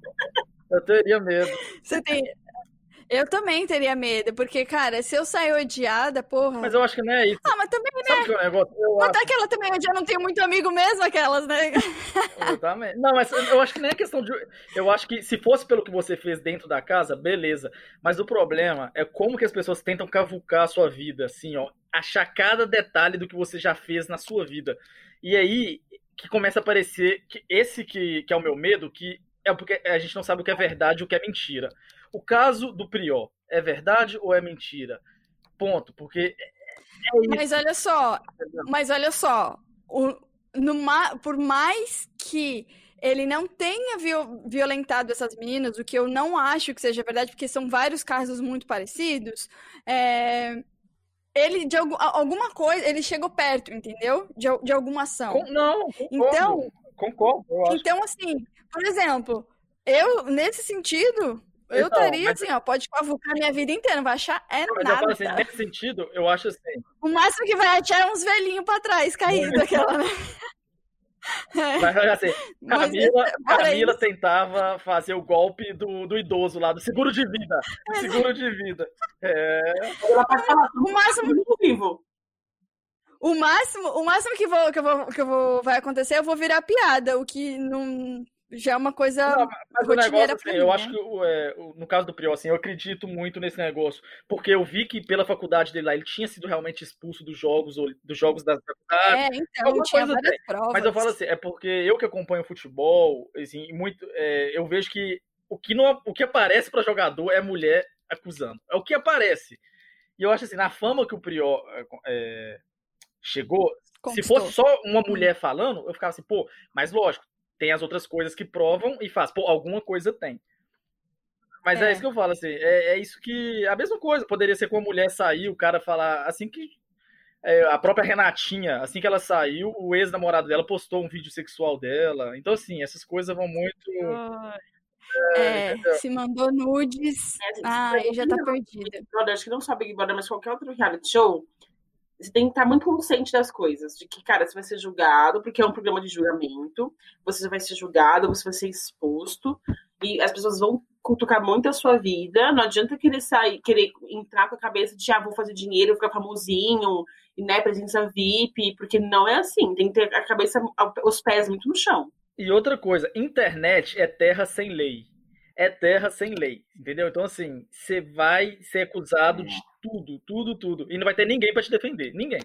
Speaker 2: Eu teria medo.
Speaker 4: Você tem. Eu também teria medo, porque, cara, se eu sair odiada, porra.
Speaker 2: Mas eu acho que não é isso.
Speaker 4: Ah, mas também,
Speaker 2: Sabe o que é o negócio? Eu acho
Speaker 4: até que ela também, eu já não tenho muito amigo mesmo, aquelas, né?
Speaker 2: Exatamente. Não, mas eu acho que nem é questão de. Eu acho que se fosse pelo que você fez dentro da casa, beleza. Mas o problema é como que as pessoas tentam cavucar a sua vida, assim, ó. Achar cada detalhe do que você já fez na sua vida. E aí que começa a aparecer que esse que, que é o meu medo, que é porque a gente não sabe o que é verdade e o que é mentira. O caso do Prior, é verdade ou é mentira? Ponto. Porque é isso.
Speaker 4: Mas olha só, mas olha só, o, no, ma- por mais que ele não tenha viol- violentado essas meninas, o que eu não acho que seja verdade, porque são vários casos muito parecidos, é, ele, de algu- a- alguma coisa, ele chegou perto, entendeu? De, al- de alguma ação.
Speaker 2: Com- não, concordo.
Speaker 4: Então-
Speaker 2: concordo. Eu acho.
Speaker 4: Então, assim, por exemplo, eu, nesse sentido, eu
Speaker 2: Então,
Speaker 4: estaria
Speaker 2: mas-
Speaker 4: assim, ó, pode cavucar minha vida inteira, não vai achar é
Speaker 2: Mas eu
Speaker 4: nada.
Speaker 2: falo assim, nesse sentido, eu acho assim.
Speaker 4: O máximo que vai achar é uns velhinhos pra trás, caído, aquela, né?
Speaker 2: Mas olha assim,
Speaker 4: Mas,
Speaker 2: Camila,
Speaker 4: fora
Speaker 2: Camila
Speaker 4: isso-
Speaker 2: tentava fazer o golpe do, do idoso lá, do seguro de vida. Do seguro de vida. É,
Speaker 3: Ela pode falar,
Speaker 4: O máximo,
Speaker 3: tudo vivo.
Speaker 4: O máximo, o máximo que, vou, que, eu vou, que eu vou, vai acontecer, eu vou virar piada, o que não já é uma coisa
Speaker 2: Não, mas o
Speaker 4: rotineira
Speaker 2: negócio,
Speaker 4: pra
Speaker 2: assim,
Speaker 4: mim,
Speaker 2: eu
Speaker 4: né?
Speaker 2: acho que o, é, o- no caso do Prior, assim, eu acredito muito nesse negócio, porque eu vi que pela faculdade dele lá, ele tinha sido realmente expulso dos jogos, ou dos jogos da faculdade,
Speaker 4: É, então,
Speaker 2: alguma
Speaker 4: tinha
Speaker 2: coisa
Speaker 4: várias
Speaker 2: tem. Mas eu falo
Speaker 4: provas.
Speaker 2: assim, é porque eu que acompanho futebol, assim, e muito, é, eu vejo que o que, não, o que aparece para jogador é mulher acusando. É o que aparece. E eu acho assim, na fama que o Prior é, chegou, se
Speaker 4: Conquistou.
Speaker 2: fosse só uma
Speaker 4: Hum.
Speaker 2: mulher falando, eu ficava assim, pô, mas lógico, tem as outras coisas que provam e faz, pô, alguma coisa tem. Mas é,
Speaker 4: É.
Speaker 2: isso que eu falo, assim, é, é isso que. A mesma coisa, poderia ser com a mulher sair, o cara falar. Assim que. é, a própria Renatinha, assim que ela saiu, o ex-namorado dela postou um vídeo sexual dela. Então, assim, essas coisas vão muito.
Speaker 4: É, se mandou nudes,
Speaker 3: É, assim,
Speaker 4: ai, já tá
Speaker 3: Big
Speaker 4: perdida.
Speaker 3: Brother, acho que não só Big Brother, mas qualquer outro reality show, você tem que estar muito consciente das coisas. De que, cara, você vai ser julgado, porque é um programa de julgamento. Você vai ser julgado, você vai ser exposto. E as pessoas vão cutucar muito a sua vida. Não adianta querer sair, querer entrar com a cabeça de, ah, vou fazer dinheiro, ficar famosinho, e, né, presença V I P, porque não é assim. Tem que ter a cabeça, os pés muito no chão.
Speaker 2: E outra coisa, internet é terra sem lei. É terra sem lei, entendeu? Então, assim, você vai ser acusado de tudo, tudo, tudo. E não vai ter ninguém pra te defender. Ninguém.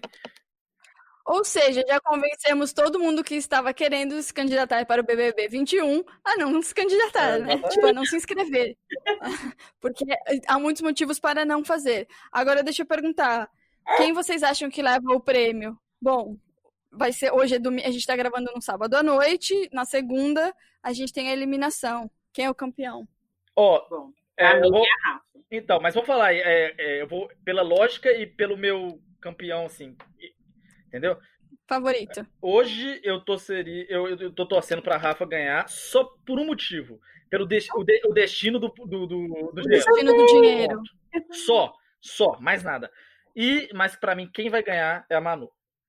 Speaker 4: Ou seja, já convencemos todo mundo que estava querendo se candidatar para o B B B vinte e um a não se candidatar,
Speaker 2: É,
Speaker 4: né?
Speaker 2: exatamente.
Speaker 4: Tipo, a não se inscrever. Porque há muitos motivos para não fazer. Agora, deixa eu perguntar. Quem vocês acham que leva o prêmio? Bom, vai ser hoje, é domingo, a gente tá gravando no sábado à noite. Na segunda, a gente tem a eliminação. Quem é o campeão?
Speaker 2: Ó,
Speaker 3: Bom,
Speaker 2: é,
Speaker 3: a
Speaker 2: eu
Speaker 3: minha
Speaker 2: vou-
Speaker 3: é a Rafa.
Speaker 2: então, mas vamos falar, é, é, eu vou pela lógica e pelo meu campeão, assim, e- entendeu?
Speaker 4: Favorito.
Speaker 2: Hoje eu torceria, eu, eu tô torcendo pra Rafa ganhar só por um motivo, pelo des- o, de- o destino do, do, do, do
Speaker 3: O
Speaker 2: dinheiro.
Speaker 4: Destino do dinheiro.
Speaker 2: Só, só, mais nada. E, mas pra mim, quem vai ganhar é a Manu.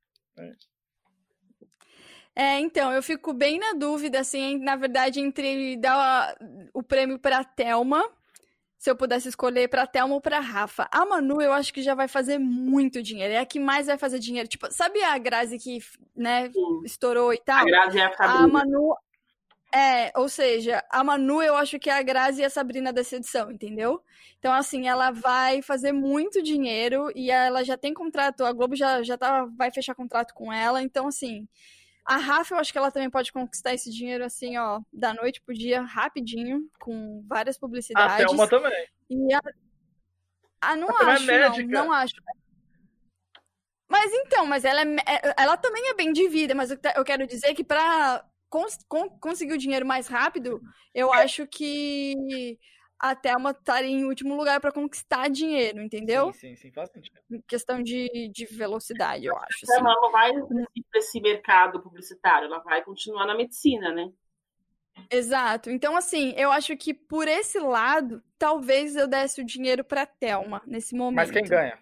Speaker 4: É, então, eu fico bem na dúvida, assim, na verdade, entre dar o prêmio pra Thelma, se eu pudesse escolher pra Thelma ou pra Rafa. A Manu, eu acho que já vai fazer muito dinheiro, é a que mais vai fazer dinheiro. Tipo, sabe a Grazi que, né,
Speaker 3: Sim.
Speaker 4: estourou e
Speaker 3: A
Speaker 4: tal?
Speaker 3: Grazi é a
Speaker 4: A
Speaker 3: Sabrina.
Speaker 4: Manu, é, ou seja, a Manu eu acho que é a Grazi e a Sabrina dessa edição, entendeu? Então, assim, ela vai fazer muito dinheiro e ela já tem contrato, a Globo já, já tá, vai fechar contrato com ela, então, assim... A Rafa, eu acho que ela também pode conquistar esse dinheiro assim, ó, da noite pro dia, rapidinho, com várias
Speaker 2: A
Speaker 4: publicidades.
Speaker 2: Thelma também.
Speaker 4: E a... Ah, não
Speaker 2: A Thelma é
Speaker 4: acho, não,
Speaker 2: médica.
Speaker 4: não acho. Mas então, mas ela, é, mé- é- ela também é bem de vida, mas eu te- eu quero dizer que pra cons- con- conseguir o dinheiro mais rápido, eu acho que a Thelma estaria em último lugar pra conquistar dinheiro, entendeu?
Speaker 2: Sim, sim, sim, faz sentido.
Speaker 4: Em questão de, de velocidade, eu acho,
Speaker 3: Ela
Speaker 4: assim.
Speaker 3: não vai para esse mercado publicitário, ela vai continuar na medicina, né?
Speaker 4: Exato. Então, assim, eu acho que por esse lado, talvez eu desse o dinheiro pra Thelma nesse momento.
Speaker 2: Mas quem ganha?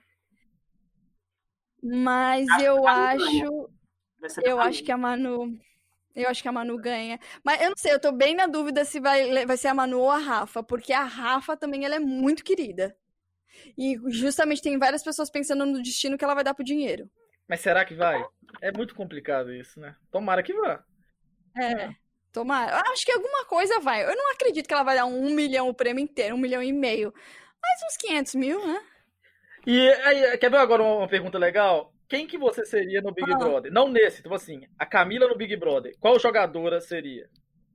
Speaker 4: Mas
Speaker 3: Acho que
Speaker 4: eu
Speaker 3: a Manu ganha.
Speaker 4: acho,
Speaker 3: Vai ser
Speaker 4: eu
Speaker 3: pra
Speaker 4: acho que a Manu, eu acho que a Manu ganha. Mas eu não sei, eu tô bem na dúvida se vai, vai ser a Manu ou a Rafa, porque a Rafa também ela é muito querida. E justamente tem várias pessoas pensando no destino que ela vai dar pro dinheiro.
Speaker 2: Mas será que vai? É muito complicado isso, né? Tomara que vá.
Speaker 4: É. Tomara. Eu acho que alguma coisa vai. Eu não acredito que ela vai dar um milhão o prêmio inteiro, um milhão e meio. Mas uns quinhentos mil, né?
Speaker 2: E aí, quer ver agora uma pergunta legal? Quem que você seria no Big
Speaker 4: Ah.
Speaker 2: Brother? Não nesse, tipo assim, a Camila no Big Brother. Qual jogadora seria?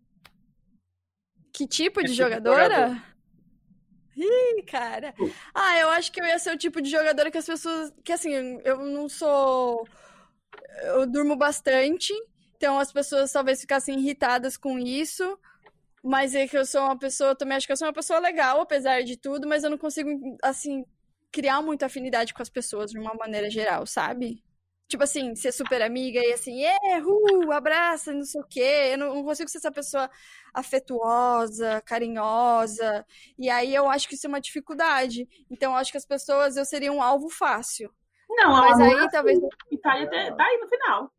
Speaker 4: Que tipo de
Speaker 2: Que tipo de
Speaker 4: jogadora?
Speaker 2: jogador?
Speaker 4: Ih, cara. Ah, eu acho que eu ia ser o tipo de jogadora que as pessoas. Que assim, eu não sou. Eu durmo bastante, então as pessoas talvez ficassem irritadas com isso. Mas é que eu sou uma pessoa, também acho que eu sou uma pessoa legal, apesar de tudo, mas eu não consigo, assim, criar muita afinidade com as pessoas de uma maneira geral, sabe? Tipo assim, ser super amiga e assim, é, uh, abraça, não sei o quê. Eu não, não consigo ser essa pessoa afetuosa, carinhosa. E aí eu acho que isso é uma dificuldade. Então eu acho que as pessoas, eu seria um alvo fácil.
Speaker 3: Não, a
Speaker 4: Mas
Speaker 3: Manu
Speaker 4: aí
Speaker 3: é
Speaker 4: talvez.
Speaker 3: assim, e tá aí, até- tá aí no final.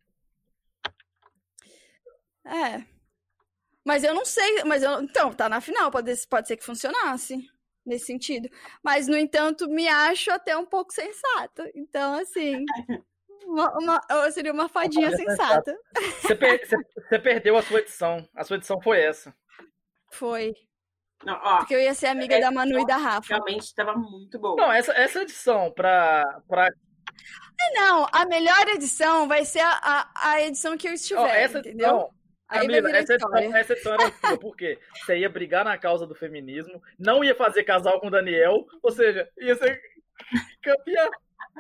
Speaker 4: É. Mas eu não sei. Mas eu... Então, tá na final, pode, pode ser que funcionasse nesse sentido. Mas, no entanto, me acho até um pouco sensata. Então, assim. Uma, uma, eu seria uma fadinha sensata.
Speaker 2: Você, per, você, você perdeu a sua edição. A sua edição foi essa.
Speaker 4: Foi.
Speaker 3: Não, ó,
Speaker 4: Porque eu ia ser amiga
Speaker 3: essa
Speaker 4: da Manu e da
Speaker 3: edição
Speaker 4: Rafa.
Speaker 3: Realmente estava muito boa.
Speaker 2: Não, essa, essa edição pra... pra...
Speaker 4: Não, a melhor edição vai ser a, a, a edição que eu estiver,
Speaker 2: Ó, essa
Speaker 4: entendeu?
Speaker 2: edição,
Speaker 4: Aí vai
Speaker 2: Camila,
Speaker 4: virar
Speaker 2: essa edição,
Speaker 4: história.
Speaker 2: essa edição era sua, por quê? Você ia brigar na causa do feminismo, não ia fazer casal com o Daniel, ou seja, ia ser campeã.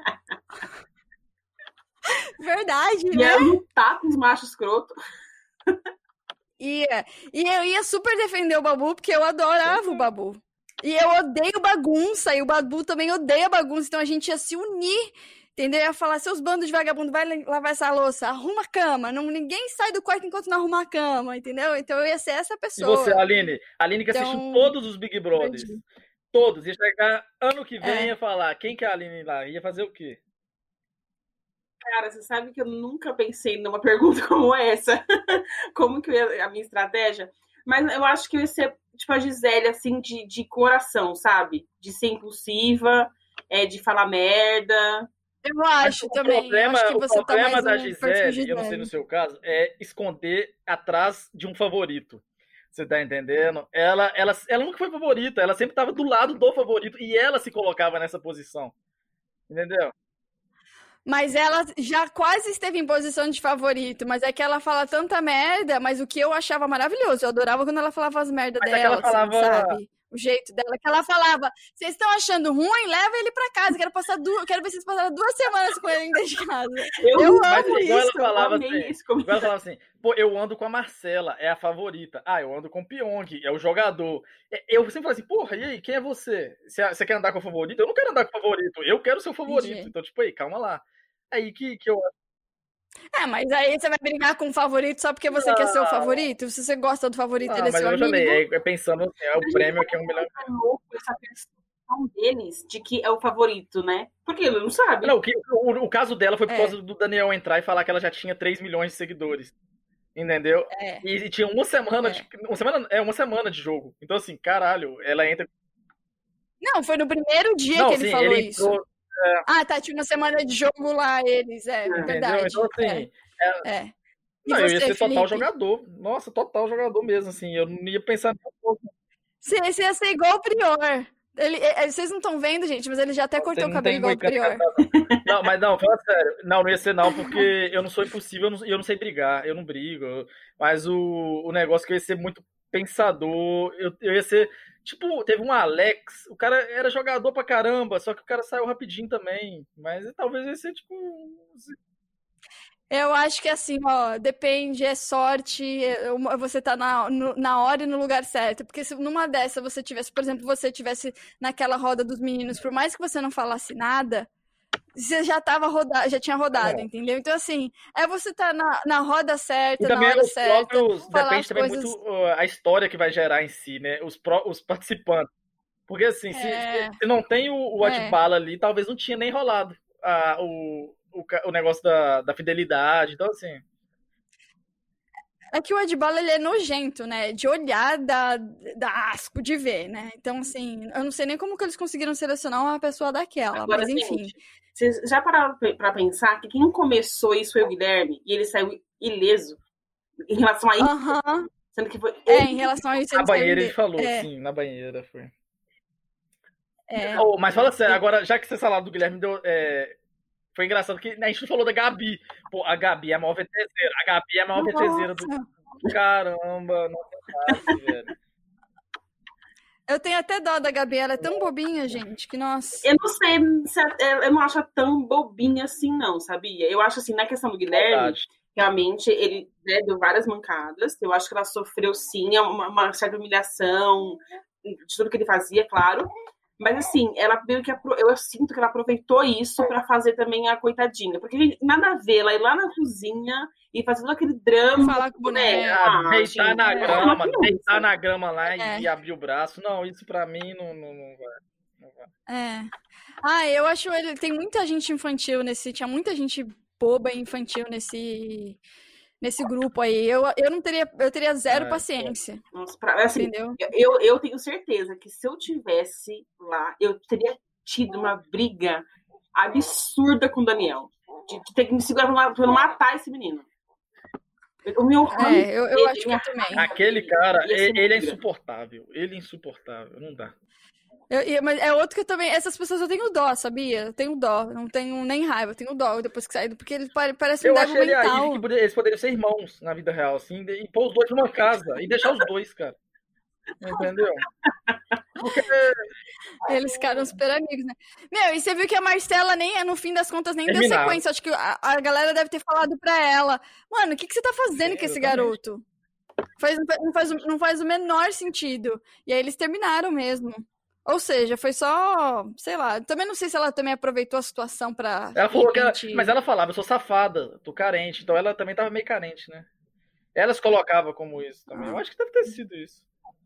Speaker 4: Verdade,
Speaker 3: E
Speaker 4: né?
Speaker 3: ia lutar com os machos escroto.
Speaker 4: Ia. E eu ia super defender o Babu, porque eu adorava o Babu. E eu odeio bagunça, e o Babu também odeia bagunça, então a gente ia se unir, entendeu? Ia falar, seus bandos de vagabundo, vai lavar essa louça, arruma a cama, não, ninguém sai do quarto enquanto não arrumar a cama, entendeu? Então eu ia ser essa
Speaker 2: E
Speaker 4: pessoa.
Speaker 2: você, Aline? Aline que
Speaker 4: Então,
Speaker 2: assistiu todos os Big Brothers.
Speaker 4: entendi.
Speaker 2: Todos. Ia chegar ano que vem e
Speaker 4: É.
Speaker 2: ia falar, quem que é a Aline lá? Ia fazer o quê?
Speaker 3: Cara, você sabe que eu nunca pensei numa pergunta como essa. Como que eu ia, a minha estratégia? Mas eu acho que eu ia ser, tipo, a Gisele, assim, de, de coração, sabe? De ser impulsiva, é, de falar merda.
Speaker 4: Eu acho
Speaker 2: O
Speaker 4: também.
Speaker 2: problema,
Speaker 4: eu acho que
Speaker 2: o
Speaker 4: você tá
Speaker 2: problema
Speaker 4: mais
Speaker 2: da
Speaker 4: um perfil
Speaker 2: Gisele, eu não sei
Speaker 4: Gisele.
Speaker 2: no seu caso, é esconder atrás de um favorito. Você tá entendendo? Ela, ela, ela nunca foi favorita, ela sempre estava do lado do favorito e ela se colocava nessa posição. Entendeu?
Speaker 4: Mas ela já quase esteve em posição de favorito, mas é que ela fala tanta merda, mas o que eu achava maravilhoso, eu adorava quando ela falava as merdas
Speaker 2: Mas é que
Speaker 4: dela,
Speaker 2: ela falava-
Speaker 4: assim, sabe? O jeito dela, que ela falava, vocês estão achando ruim? Leva ele pra casa, quero, passar du... quero ver vocês passaram duas semanas com ele dentro de casa.
Speaker 3: Eu,
Speaker 4: Eu
Speaker 2: Mas
Speaker 4: amo
Speaker 2: igual ela
Speaker 4: isso,
Speaker 2: falava
Speaker 3: eu amei
Speaker 2: assim,
Speaker 3: isso comigo.
Speaker 2: igual ela falava assim, pô, eu ando com a Marcela, é a favorita. Ah, eu ando com o Pyong, é o jogador. É, Eu sempre falo assim, porra, e aí, quem é você? Você você quer andar com o favorito? Eu não quero andar com o favorito, eu quero ser o favorito.
Speaker 4: Entendi.
Speaker 2: Então, tipo, aí, calma lá. Aí que, que eu
Speaker 4: É, mas aí você vai brigar com o favorito só porque você quer ser o favorito? Se você gosta do favorito,
Speaker 2: Não,
Speaker 4: ele é
Speaker 2: mas
Speaker 4: seu
Speaker 2: eu já
Speaker 4: amigo?
Speaker 2: falei, é pensando assim, é o prêmio que é um milhão.
Speaker 3: É louco essa percepção deles de que é o favorito, né? Porque ele não sabe.
Speaker 2: Não, o, que- o- o caso dela foi por
Speaker 4: É.
Speaker 2: causa do Daniel entrar e falar que ela já tinha três milhões de seguidores. Entendeu?
Speaker 4: É.
Speaker 2: E, e tinha uma semana
Speaker 4: É.
Speaker 2: de. Uma semana, é uma semana de jogo. Então, assim, caralho, ela entra.
Speaker 4: Não, foi no primeiro dia
Speaker 2: Não,
Speaker 4: que ele
Speaker 2: sim,
Speaker 4: falou
Speaker 2: ele
Speaker 4: isso.
Speaker 2: entrou.
Speaker 4: Ah, tá, tinha uma semana de jogo lá, eles, é,
Speaker 3: Entendeu?
Speaker 4: verdade.
Speaker 2: Então, assim.
Speaker 4: É. é. E
Speaker 2: Não, eu ia
Speaker 4: você,
Speaker 2: ser total
Speaker 4: Felipe?
Speaker 2: jogador. Nossa, total jogador mesmo, assim. Eu não ia pensar nem um pouco.
Speaker 4: Você, você ia ser igual o Prior. Ele, é, vocês não estão vendo, gente, mas ele já até cortou
Speaker 2: Não
Speaker 4: o cabelo
Speaker 2: tem
Speaker 4: igual o
Speaker 2: moicano
Speaker 4: Prior.
Speaker 2: casado. Não, mas não, fala sério. Não, não ia ser não, porque eu não sou impossível, eu não, eu não sei brigar, eu não brigo. Mas o, o negócio que eu ia ser muito pensador, eu, eu ia ser. Tipo, teve um Alex, o cara era jogador pra caramba, só que o cara saiu rapidinho também. Mas talvez ia ser tipo.
Speaker 4: Eu acho que assim, ó, depende, é sorte, é uma- você tá na, no- na hora e no lugar certo. Porque se numa dessa você tivesse, por exemplo, você tivesse naquela roda dos meninos, por mais que você não falasse nada, você já tava rodado, já tinha rodado,
Speaker 2: É.
Speaker 4: entendeu? Então, assim, é você tá na, na roda
Speaker 2: E
Speaker 4: certa, na
Speaker 2: também
Speaker 4: hora
Speaker 2: os
Speaker 4: certa.
Speaker 2: próprios.
Speaker 4: falar
Speaker 2: Depende
Speaker 4: as
Speaker 2: também
Speaker 4: coisas-
Speaker 2: muito uh, a história que vai gerar em si, né? Os, pró- os participantes. Porque assim, se,
Speaker 4: É.
Speaker 2: se- se não tem o, o
Speaker 4: É.
Speaker 2: Atibala ali, talvez não tinha nem rolado ah, o, o, ca- o negócio da, da fidelidade. Então, assim.
Speaker 4: É que o Adbala, ele é nojento, né? De olhar, dá, dá asco de ver, né? Então, assim, eu não sei nem como que eles conseguiram selecionar uma pessoa daquela,
Speaker 3: Agora,
Speaker 4: mas enfim.
Speaker 3: gente, vocês já pararam pra pensar que quem começou isso foi o Guilherme e ele saiu ileso em relação a isso,
Speaker 4: Aham.
Speaker 3: sendo que foi
Speaker 4: É,
Speaker 3: ele
Speaker 4: em relação a isso,
Speaker 2: Na
Speaker 4: ele saiu
Speaker 2: banheira
Speaker 4: de-
Speaker 2: ele falou,
Speaker 4: é,
Speaker 2: sim, na banheira foi.
Speaker 4: é.
Speaker 2: Oh, mas fala sério, agora, já que vocês falaram do Guilherme, deu, é, foi engraçado que a gente não falou da Gabi. Pô, a Gabi é a maior VTZera. A Gabi é a maior VTZera do.
Speaker 4: Nossa.
Speaker 2: Caramba, não tem graça, velho.
Speaker 4: Eu tenho até dó da Gabi, ela é tão bobinha, gente, que nossa.
Speaker 3: Eu não sei, se a- eu não acho tão bobinha assim, não, sabia? Eu acho assim, na questão do Guilherme,
Speaker 2: Verdade.
Speaker 3: realmente ele né, deu várias mancadas. Eu acho que ela sofreu sim uma, uma certa humilhação de tudo que ele fazia, claro. Mas assim, ela meio que apro- eu sinto que ela aproveitou isso pra fazer também a coitadinha. Porque nada a ver ela ir lá na cozinha e fazer todo aquele drama.
Speaker 4: Falar com o boneco.
Speaker 2: Ah,
Speaker 3: Ah,
Speaker 2: deitar
Speaker 3: gente,
Speaker 2: na
Speaker 3: é
Speaker 2: grama,
Speaker 3: uma criança.
Speaker 2: deitar na grama lá e,
Speaker 4: É.
Speaker 2: e abrir o braço. Não, isso pra mim não, não, não vai. Não vai.
Speaker 4: É. Ah, eu acho ele. Tem muita gente infantil nesse. Tinha muita gente boba e infantil nesse. Nesse grupo aí. Eu, eu não teria. Eu teria zero
Speaker 2: É,
Speaker 4: paciência.
Speaker 3: Nossa, pra- assim,
Speaker 4: Entendeu?
Speaker 3: eu, eu tenho certeza que se eu tivesse lá, eu teria tido uma briga absurda com o Daniel. de, de ter que me segurar pra, pra não matar esse menino. O meu
Speaker 4: É, eu, eu acho que eu também.
Speaker 2: Aquele cara, ele, ele é insuportável. Ele é insuportável, não dá.
Speaker 4: Eu, eu, mas é outro que eu também. Essas pessoas eu tenho dó, sabia? Eu tenho dó. Não tenho nem raiva, eu tenho dó depois que saíram, porque ele pare- parece um
Speaker 2: Eu
Speaker 4: débil
Speaker 2: achei ele
Speaker 4: mental.
Speaker 2: aí que poder- eles poderiam ser irmãos na vida real, assim, e pôr os dois numa casa e deixar os dois, cara. Entendeu? Porque
Speaker 4: Eles ficaram super amigos, né? Meu, e você viu que a Marcela nem, no fim das contas, nem deu
Speaker 2: Terminaram.
Speaker 4: sequência. Acho que a, a galera deve ter falado pra ela. Mano, o que, que você tá fazendo
Speaker 2: Sim,
Speaker 4: com esse
Speaker 2: exatamente.
Speaker 4: garoto? Faz, não, faz, não faz o menor sentido. E aí eles terminaram mesmo. Ou seja, foi só, sei lá, também não sei se ela também aproveitou a situação pra.
Speaker 2: ela
Speaker 4: de
Speaker 2: falou que ela,
Speaker 4: repente-
Speaker 2: mas ela falava, eu sou safada, tô carente, então ela também tava meio carente, né? Ela se colocava como isso também. Eu acho que deve ter sido isso.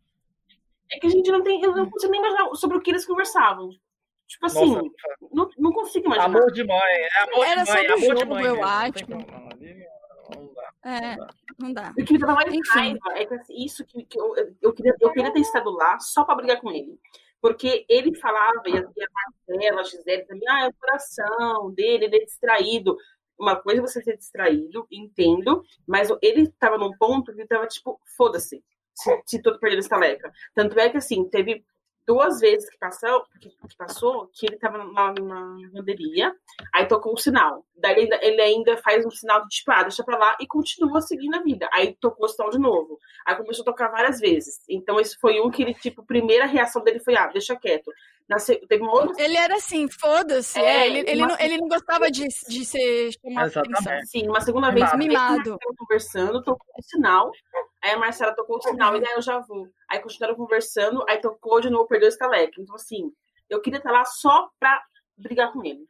Speaker 3: É que a gente não tem. Eu não consigo nem imaginar sobre o que eles conversavam. Tipo assim,
Speaker 2: Nossa,
Speaker 3: não, não consigo imaginar.
Speaker 2: amor de mãe, é amor
Speaker 4: Era
Speaker 2: de mãe,
Speaker 4: sobre o
Speaker 2: amor de
Speaker 4: jogo,
Speaker 2: mãe
Speaker 4: eu
Speaker 2: mesmo, não
Speaker 4: acho.
Speaker 2: tem como não, ali não dá,
Speaker 4: É,
Speaker 2: não dá.
Speaker 4: não dá.
Speaker 3: O que me dava mais
Speaker 4: Enfim.
Speaker 3: raiva é que assim, isso que, que eu, eu, queria, eu queria ter estado lá só pra brigar com ele. Porque ele falava, e a, e a Marcela, a Gisele também, ah, é o coração dele, ele é distraído. Uma coisa é você ser distraído, entendo, mas ele tava num ponto que ele tava tipo, foda-se, se, se todo perder essa taleca. Tanto é que, assim, teve duas vezes que passou, que, que passou, que ele tava na, na lavanderia, aí tocou o sinal. Daí ele, ele ainda faz um sinal de tipo, ah, deixa pra lá, e continua seguindo a vida. Aí tocou o sinal de novo. Aí começou a tocar várias vezes. Então esse foi um que ele, tipo, a primeira reação dele foi, ah, deixa quieto. Nasce, teve um outro.
Speaker 4: Ele era assim, foda-se.
Speaker 3: É,
Speaker 4: É, ele, ele,
Speaker 3: uma-
Speaker 4: não, ele não gostava de, de ser chamado
Speaker 2: Exatamente.
Speaker 4: atenção.
Speaker 3: Sim, uma segunda vez,
Speaker 2: Mimado.
Speaker 3: ele e a
Speaker 4: Mimado.
Speaker 3: Marcela conversando, tocou o sinal. Aí a Marcela tocou o sinal, e aí eu já vou. Aí continuaram conversando, aí tocou de novo, perdeu esse taleca. Então, assim, eu queria estar lá só pra brigar com ele.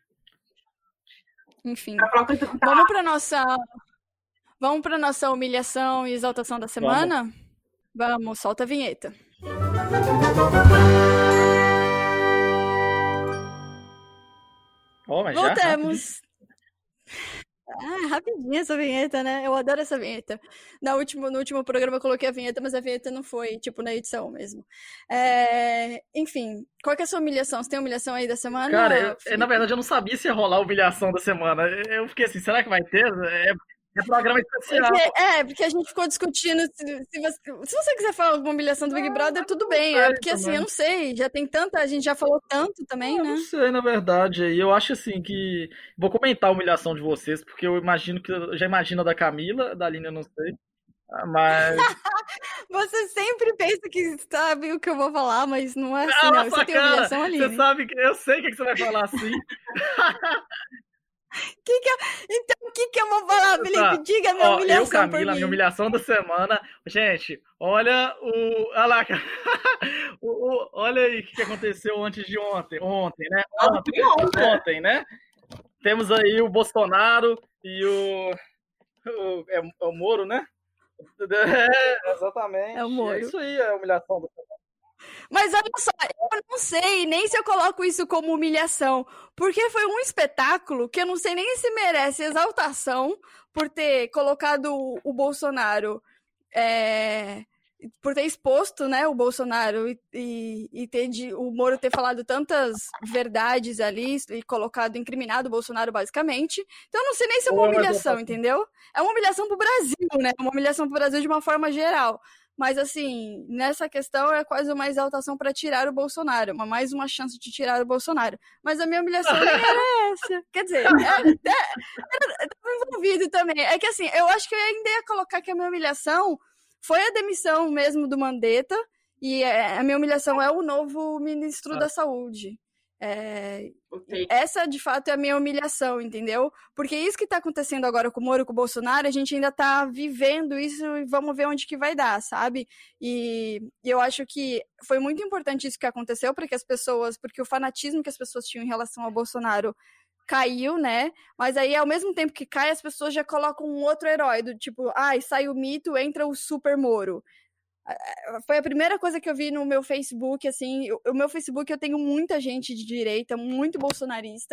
Speaker 4: Enfim.
Speaker 3: Pra falar que ele tá
Speaker 4: Vamos pra nossa. Vamos pra nossa humilhação e exaltação da semana? Vamos, solta a vinheta.
Speaker 2: Ó, mas já, rapidinho.
Speaker 4: Voltamos. Ah, rapidinho essa vinheta, né? Eu adoro essa vinheta. Na último, no último programa eu coloquei a vinheta, mas a vinheta não foi, tipo, na edição mesmo. É, Enfim, qual que é a sua humilhação? Você tem humilhação aí da semana?
Speaker 2: Cara, eu-
Speaker 4: Felipe?
Speaker 2: na verdade eu não sabia se ia rolar a humilhação da semana. Eu fiquei assim, será que vai ter? É, é programa especial.
Speaker 4: Porque- é, porque a gente ficou discutindo se, se você, se você quiser falar alguma humilhação do Big Brother, tudo bem. É
Speaker 2: sei
Speaker 4: porque assim,
Speaker 2: também.
Speaker 4: eu não sei, já tem tanta, a gente já falou tanto também,
Speaker 2: Eu
Speaker 4: né?
Speaker 2: não sei, na verdade. E eu acho assim que. Vou comentar a humilhação de vocês, porque eu imagino que. Eu já imagino a da Camila, da Aline eu não sei. Ah, Mas.
Speaker 4: Você sempre pensa que sabe o que eu vou falar, mas não é assim,
Speaker 2: Ah,
Speaker 4: não.
Speaker 2: na
Speaker 4: Você
Speaker 2: sua
Speaker 4: tem
Speaker 2: cara!
Speaker 4: humilhação,
Speaker 2: Você
Speaker 4: Aline?
Speaker 2: sabe que. Eu sei o que que você vai falar assim.
Speaker 4: Que que eu- Então, o que, que eu vou falar, Felipe?
Speaker 2: Tá.
Speaker 4: Diga a minha
Speaker 2: Ó,
Speaker 4: humilhação
Speaker 2: eu, Camila,
Speaker 4: por
Speaker 2: a
Speaker 4: mim.
Speaker 2: minha humilhação da semana. Gente, olha o. Olha lá, cara. O- o- olha aí o que que aconteceu antes de ontem. Ontem, né? Ontem,
Speaker 3: Ontem.
Speaker 2: ontem, né? Temos aí o Bolsonaro e o. o é, é o Moro, né? É, exatamente.
Speaker 4: É o Moro.
Speaker 2: É isso aí, é a humilhação da semana.
Speaker 4: Mas olha só, eu não sei nem se eu coloco isso como humilhação, porque foi um espetáculo que eu não sei nem se merece exaltação por ter colocado o, o Bolsonaro, é, por ter exposto, né, o Bolsonaro e, e, e ter de, o Moro ter falado tantas verdades ali e colocado, incriminado o Bolsonaro basicamente. Então eu não sei nem se é uma
Speaker 2: Ou é uma
Speaker 4: humilhação,
Speaker 2: exaltação.
Speaker 4: entendeu? É uma humilhação pro Brasil, né? Uma humilhação pro Brasil de uma forma geral. Mas, assim, nessa questão é quase uma exaltação para tirar o Bolsonaro, uma, mais uma chance de tirar o Bolsonaro. Mas a minha humilhação nem era essa. Quer dizer, estava envolvido também. É que, assim, eu acho que eu ainda ia colocar que a minha humilhação foi a demissão mesmo do Mandetta, e é, a minha humilhação é o novo ministro
Speaker 2: Ah.
Speaker 4: da Saúde. É,
Speaker 3: Ok.
Speaker 4: essa, de fato, é a minha humilhação, entendeu? Porque isso que tá acontecendo agora com o Moro e com o Bolsonaro, a gente ainda tá vivendo isso e vamos ver onde que vai dar, sabe? E, e eu acho que foi muito importante isso que aconteceu para que as pessoas, porque o fanatismo que as pessoas tinham em relação ao Bolsonaro caiu, né? Mas aí, ao mesmo tempo que cai, as pessoas já colocam um outro herói, do tipo, ai, sai o mito, entra o super Moro. Foi a primeira coisa que eu vi no meu Facebook, assim, o meu Facebook eu tenho muita gente de direita, muito bolsonarista,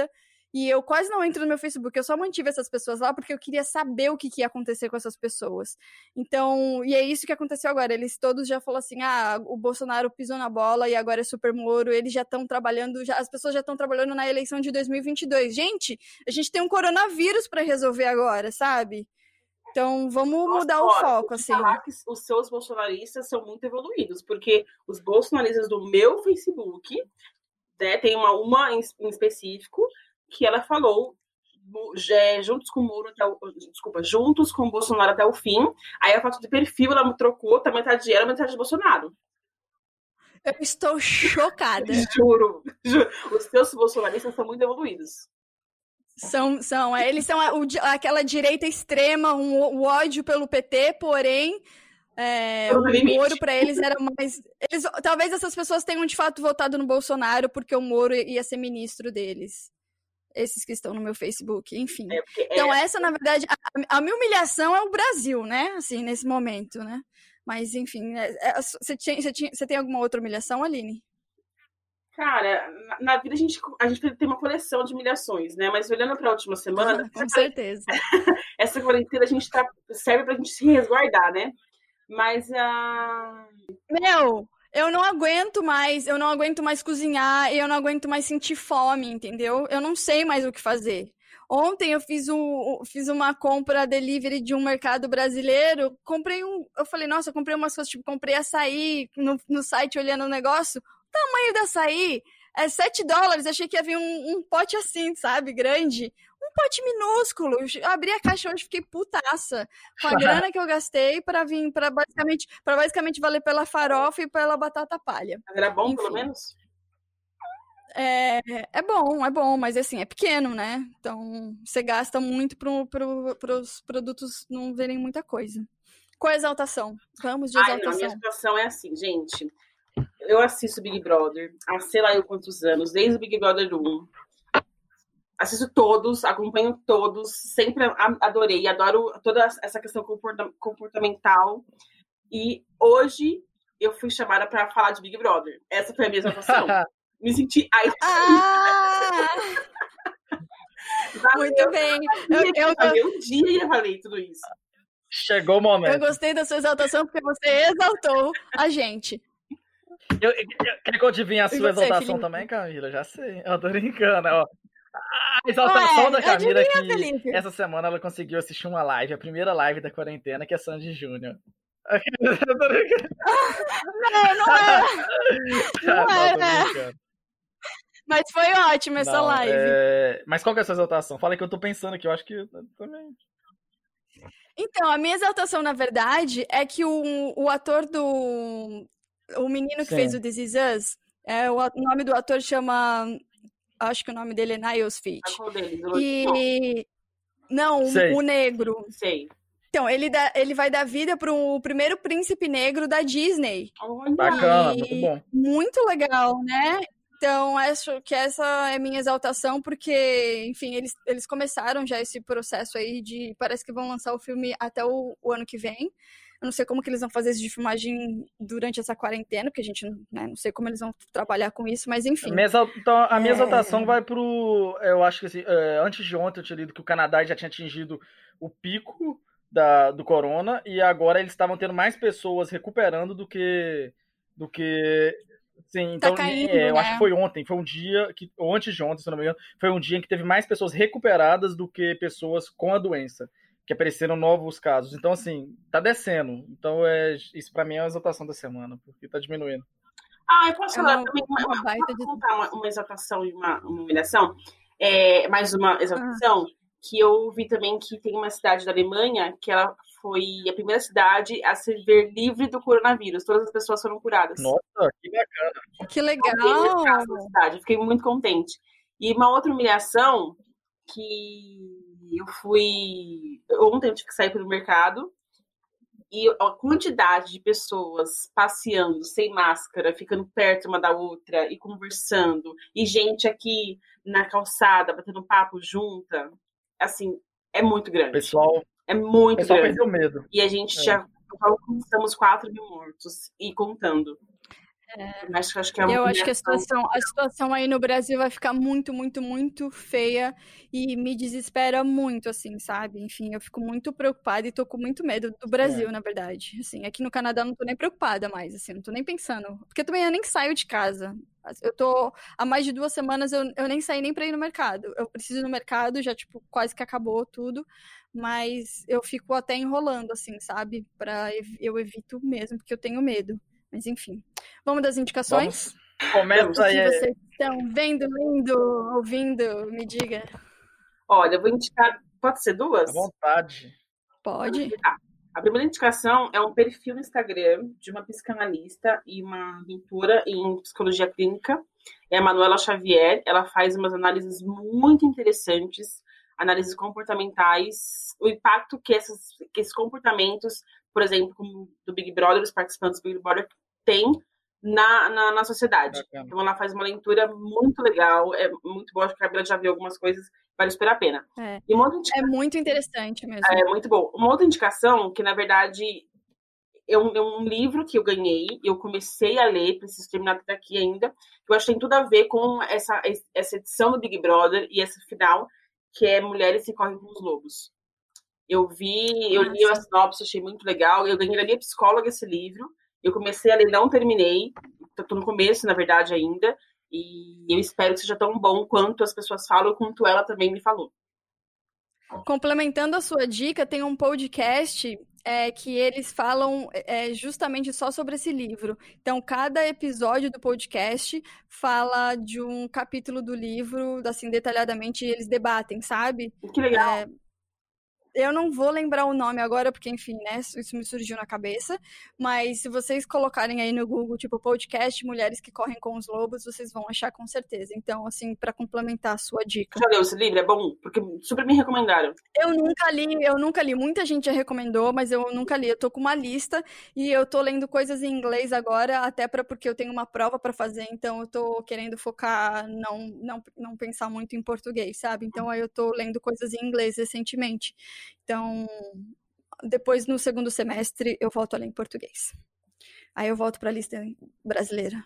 Speaker 4: E eu quase não entro no meu Facebook, eu só mantive essas pessoas lá porque eu queria saber o que, que ia acontecer com essas pessoas. Então, e é isso que aconteceu agora. Eles todos já falaram assim, ah, o Bolsonaro pisou na bola e agora é super Moro, eles já estão trabalhando, já, as pessoas já estão trabalhando na eleição de dois mil e vinte e dois. Gente, a gente tem um coronavírus para resolver agora, sabe? Então, vamos Nossa, mudar o foco, assim.
Speaker 3: Falar que os seus bolsonaristas são muito evoluídos, porque os bolsonaristas do meu Facebook, né, tem uma, uma em, em específico, que ela falou é, juntos com o Moro até o, desculpa, juntos com o Bolsonaro até o fim. Aí a foto de perfil ela me trocou, tá metade de ela, metade de Bolsonaro.
Speaker 4: Eu estou chocada.
Speaker 3: Juro, juro. Os seus bolsonaristas são muito evoluídos.
Speaker 4: São, são. Eles são a, o, aquela direita extrema, um, o ódio pelo P T, porém é, o Moro para eles era mais... Eles, talvez essas pessoas tenham de fato votado no Bolsonaro porque o Moro ia ser ministro deles. Esses que estão no meu Facebook, enfim. É, então é... essa, na verdade, a, a minha humilhação é o Brasil, né? Assim, nesse momento, né? Mas, enfim, você é, é, tem, tem alguma outra humilhação, Aline?
Speaker 3: Cara, na, na vida a gente, a gente tem uma coleção de humilhações, né? Mas olhando para a última semana...
Speaker 4: Ah, com certeza.
Speaker 3: Essa quarentena a gente tá, serve pra gente se resguardar, né? Mas a... Uh...
Speaker 4: Meu... Eu não aguento mais, eu não aguento mais cozinhar, eu não aguento mais sentir fome, entendeu? Eu não sei mais o que fazer. Ontem eu fiz, um, fiz uma compra delivery de um mercado brasileiro, comprei um, eu falei, nossa, eu comprei umas coisas, tipo, comprei açaí no, no site olhando o negócio, o tamanho do açaí é sete dólares, achei que ia vir um, um pote assim, sabe, grande. Um pote minúsculo. Eu abri a caixa hoje e fiquei putaça com a grana que eu gastei para vir, para basicamente, para basicamente valer pela farofa e pela batata palha.
Speaker 3: Mas era bom, enfim, pelo menos?
Speaker 4: É, é bom, é bom, mas assim, é pequeno, né? Então, você gasta muito para pro, os produtos não verem muita coisa. Qual a exaltação? Vamos de exaltação.
Speaker 3: Ai, não, a minha exaltação é assim, gente. Eu assisto Big Brother há sei lá eu quantos anos, desde o Big Brother um. Assisto todos, acompanho todos, sempre adorei, adoro toda essa questão comportamental. E hoje eu fui chamada para falar de Big Brother. Essa foi a minha exaltação. Me senti... Ai,
Speaker 4: ah! Muito bem.
Speaker 3: Eu, eu, eu... Um dia ia valer tudo isso.
Speaker 2: Chegou o momento.
Speaker 4: Eu gostei da sua exaltação porque você exaltou a gente.
Speaker 2: Eu, eu, quer que eu adivinhe a sua você, exaltação Felipe? Também, Camila? Já sei. Eu tô brincando, ó. A exaltação Ué, da Camila é que Felipe. Essa semana ela conseguiu assistir uma live, a primeira live da quarentena, que é Sandy Júnior.
Speaker 4: Não, não era. Não era. Mas foi ótima essa não, live.
Speaker 2: É... Mas qual que é a sua exaltação? Fala que eu tô pensando aqui, eu acho que também...
Speaker 4: Então, a minha exaltação, na verdade, é que o, o ator do... O menino que Sim. fez o This Is Us, é, o nome do ator chama... Acho que o nome dele é Niles Fitch. E... Não, o, o negro.
Speaker 3: Sei.
Speaker 4: Então, ele, dá, ele vai dar vida para o primeiro príncipe negro da Disney.
Speaker 2: Bacana, muito bom.
Speaker 4: Muito legal, né? Então, acho que essa é a minha exaltação, porque, enfim, eles, eles começaram já esse processo aí de... Parece que vão lançar o filme até o, o ano que vem. Eu não sei como que eles vão fazer isso de filmagem durante essa quarentena, porque a gente né, não sei como eles vão trabalhar com isso, mas enfim.
Speaker 2: Então, a minha é... exaltação vai pro... Eu acho que assim, antes de ontem eu tinha lido que o Canadá já tinha atingido o pico da, do corona, e agora eles estavam tendo mais pessoas recuperando do que... Do que... Sim, então,
Speaker 4: tá caindo,
Speaker 2: é, eu
Speaker 4: né?
Speaker 2: acho que foi ontem, foi um dia, que, ou antes de ontem, se não me engano, foi um dia em que teve mais pessoas recuperadas do que pessoas com a doença, que apareceram novos casos. Então, assim, tá descendo. Então, é, isso pra mim é uma exaltação da semana, porque tá diminuindo.
Speaker 3: Ah, eu posso falar é também uma, uma, uma, de... contar uma, uma exaltação e uma, uma humilhação? É, mais uma exaltação, ah. que eu vi também que tem uma cidade da Alemanha que ela foi a primeira cidade a se ver livre do coronavírus. Todas as pessoas foram curadas.
Speaker 2: Nossa, que bacana.
Speaker 4: Que legal.
Speaker 3: Na cidade. Fiquei muito contente. E uma outra humilhação que eu fui... Ontem eu tive que sair para o mercado e a quantidade de pessoas passeando sem máscara, ficando perto uma da outra e conversando, e gente aqui na calçada batendo papo junta, assim, é muito grande.
Speaker 2: Pessoal...
Speaker 3: É muito
Speaker 2: o pessoal
Speaker 3: grande.
Speaker 2: Perdeu medo.
Speaker 3: E a gente
Speaker 2: é.
Speaker 3: já estamos quatro mil mortos e contando. É. Acho, acho que é
Speaker 4: eu acho que a situação, a situação aí no Brasil vai ficar muito, muito, muito feia e me desespera muito, assim, sabe? Enfim, eu fico muito preocupada e tô com muito medo do Brasil, é. na verdade. Assim, aqui no Canadá eu não tô nem preocupada mais, assim, não tô nem pensando. Porque também eu nem saio de casa. Eu tô, há mais de duas semanas eu, eu nem saí nem pra ir no mercado. Eu preciso ir no mercado, já, tipo, quase que acabou tudo. Mas eu fico até enrolando, assim, sabe? Pra, eu evito mesmo, porque eu tenho medo. Mas enfim. Vamos das indicações?
Speaker 2: Vamos. Começa aí.
Speaker 4: O que vocês estão vendo, lendo, ouvindo? Me diga.
Speaker 3: Olha, eu vou indicar. Pode ser duas?
Speaker 2: À vontade.
Speaker 4: Pode.
Speaker 3: A primeira indicação é um perfil no Instagram de uma psicanalista e uma doutora em psicologia clínica. É a Manuela Xavier. Ela faz umas análises muito interessantes, análises comportamentais, o impacto que, essas, que esses comportamentos, por exemplo, como do Big Brother, os participantes do Big Brother, têm na, na, na sociedade. Bacana. Então ela faz uma leitura muito legal, é muito boa, acho que a Gabriela já viu algumas coisas, vale super a pena.
Speaker 4: É,
Speaker 3: e uma outra indicação,
Speaker 4: é muito interessante mesmo.
Speaker 3: É muito bom. Uma outra indicação, que na verdade é um, é um livro que eu ganhei, eu comecei a ler, preciso terminar daqui ainda, que eu acho que tem tudo a ver com essa, essa edição do Big Brother e esse final, que é Mulheres que Correm com os Lobos. Eu vi, eu li a sinopse, achei muito legal. Eu ganhei da minha psicóloga esse livro. Eu comecei a ler, não terminei. Estou no começo, na verdade, ainda. E eu espero que seja tão bom quanto as pessoas falam, quanto ela também me falou.
Speaker 4: Complementando a sua dica, tem um podcast é, que eles falam é, justamente só sobre esse livro. Então, cada episódio do podcast fala de um capítulo do livro, assim, detalhadamente, e eles debatem, sabe?
Speaker 3: Que legal!
Speaker 4: É, eu não vou lembrar o nome agora, porque, enfim, né, isso me surgiu na cabeça, mas se vocês colocarem aí no Google, tipo, podcast Mulheres que Correm com os Lobos, vocês vão achar com certeza. Então, assim, para complementar a sua dica.
Speaker 3: Já leu esse livro? É bom? Porque super me recomendaram.
Speaker 4: Eu nunca li, eu nunca li. Muita gente já recomendou, mas eu nunca li. Eu tô com uma lista e eu tô lendo coisas em inglês agora, até para porque eu tenho uma prova para fazer, então eu tô querendo focar, não, não, não pensar muito em português, sabe? Então aí eu tô lendo coisas em inglês recentemente. Então, depois no segundo semestre eu volto a ler em português. Aí eu volto para a lista brasileira.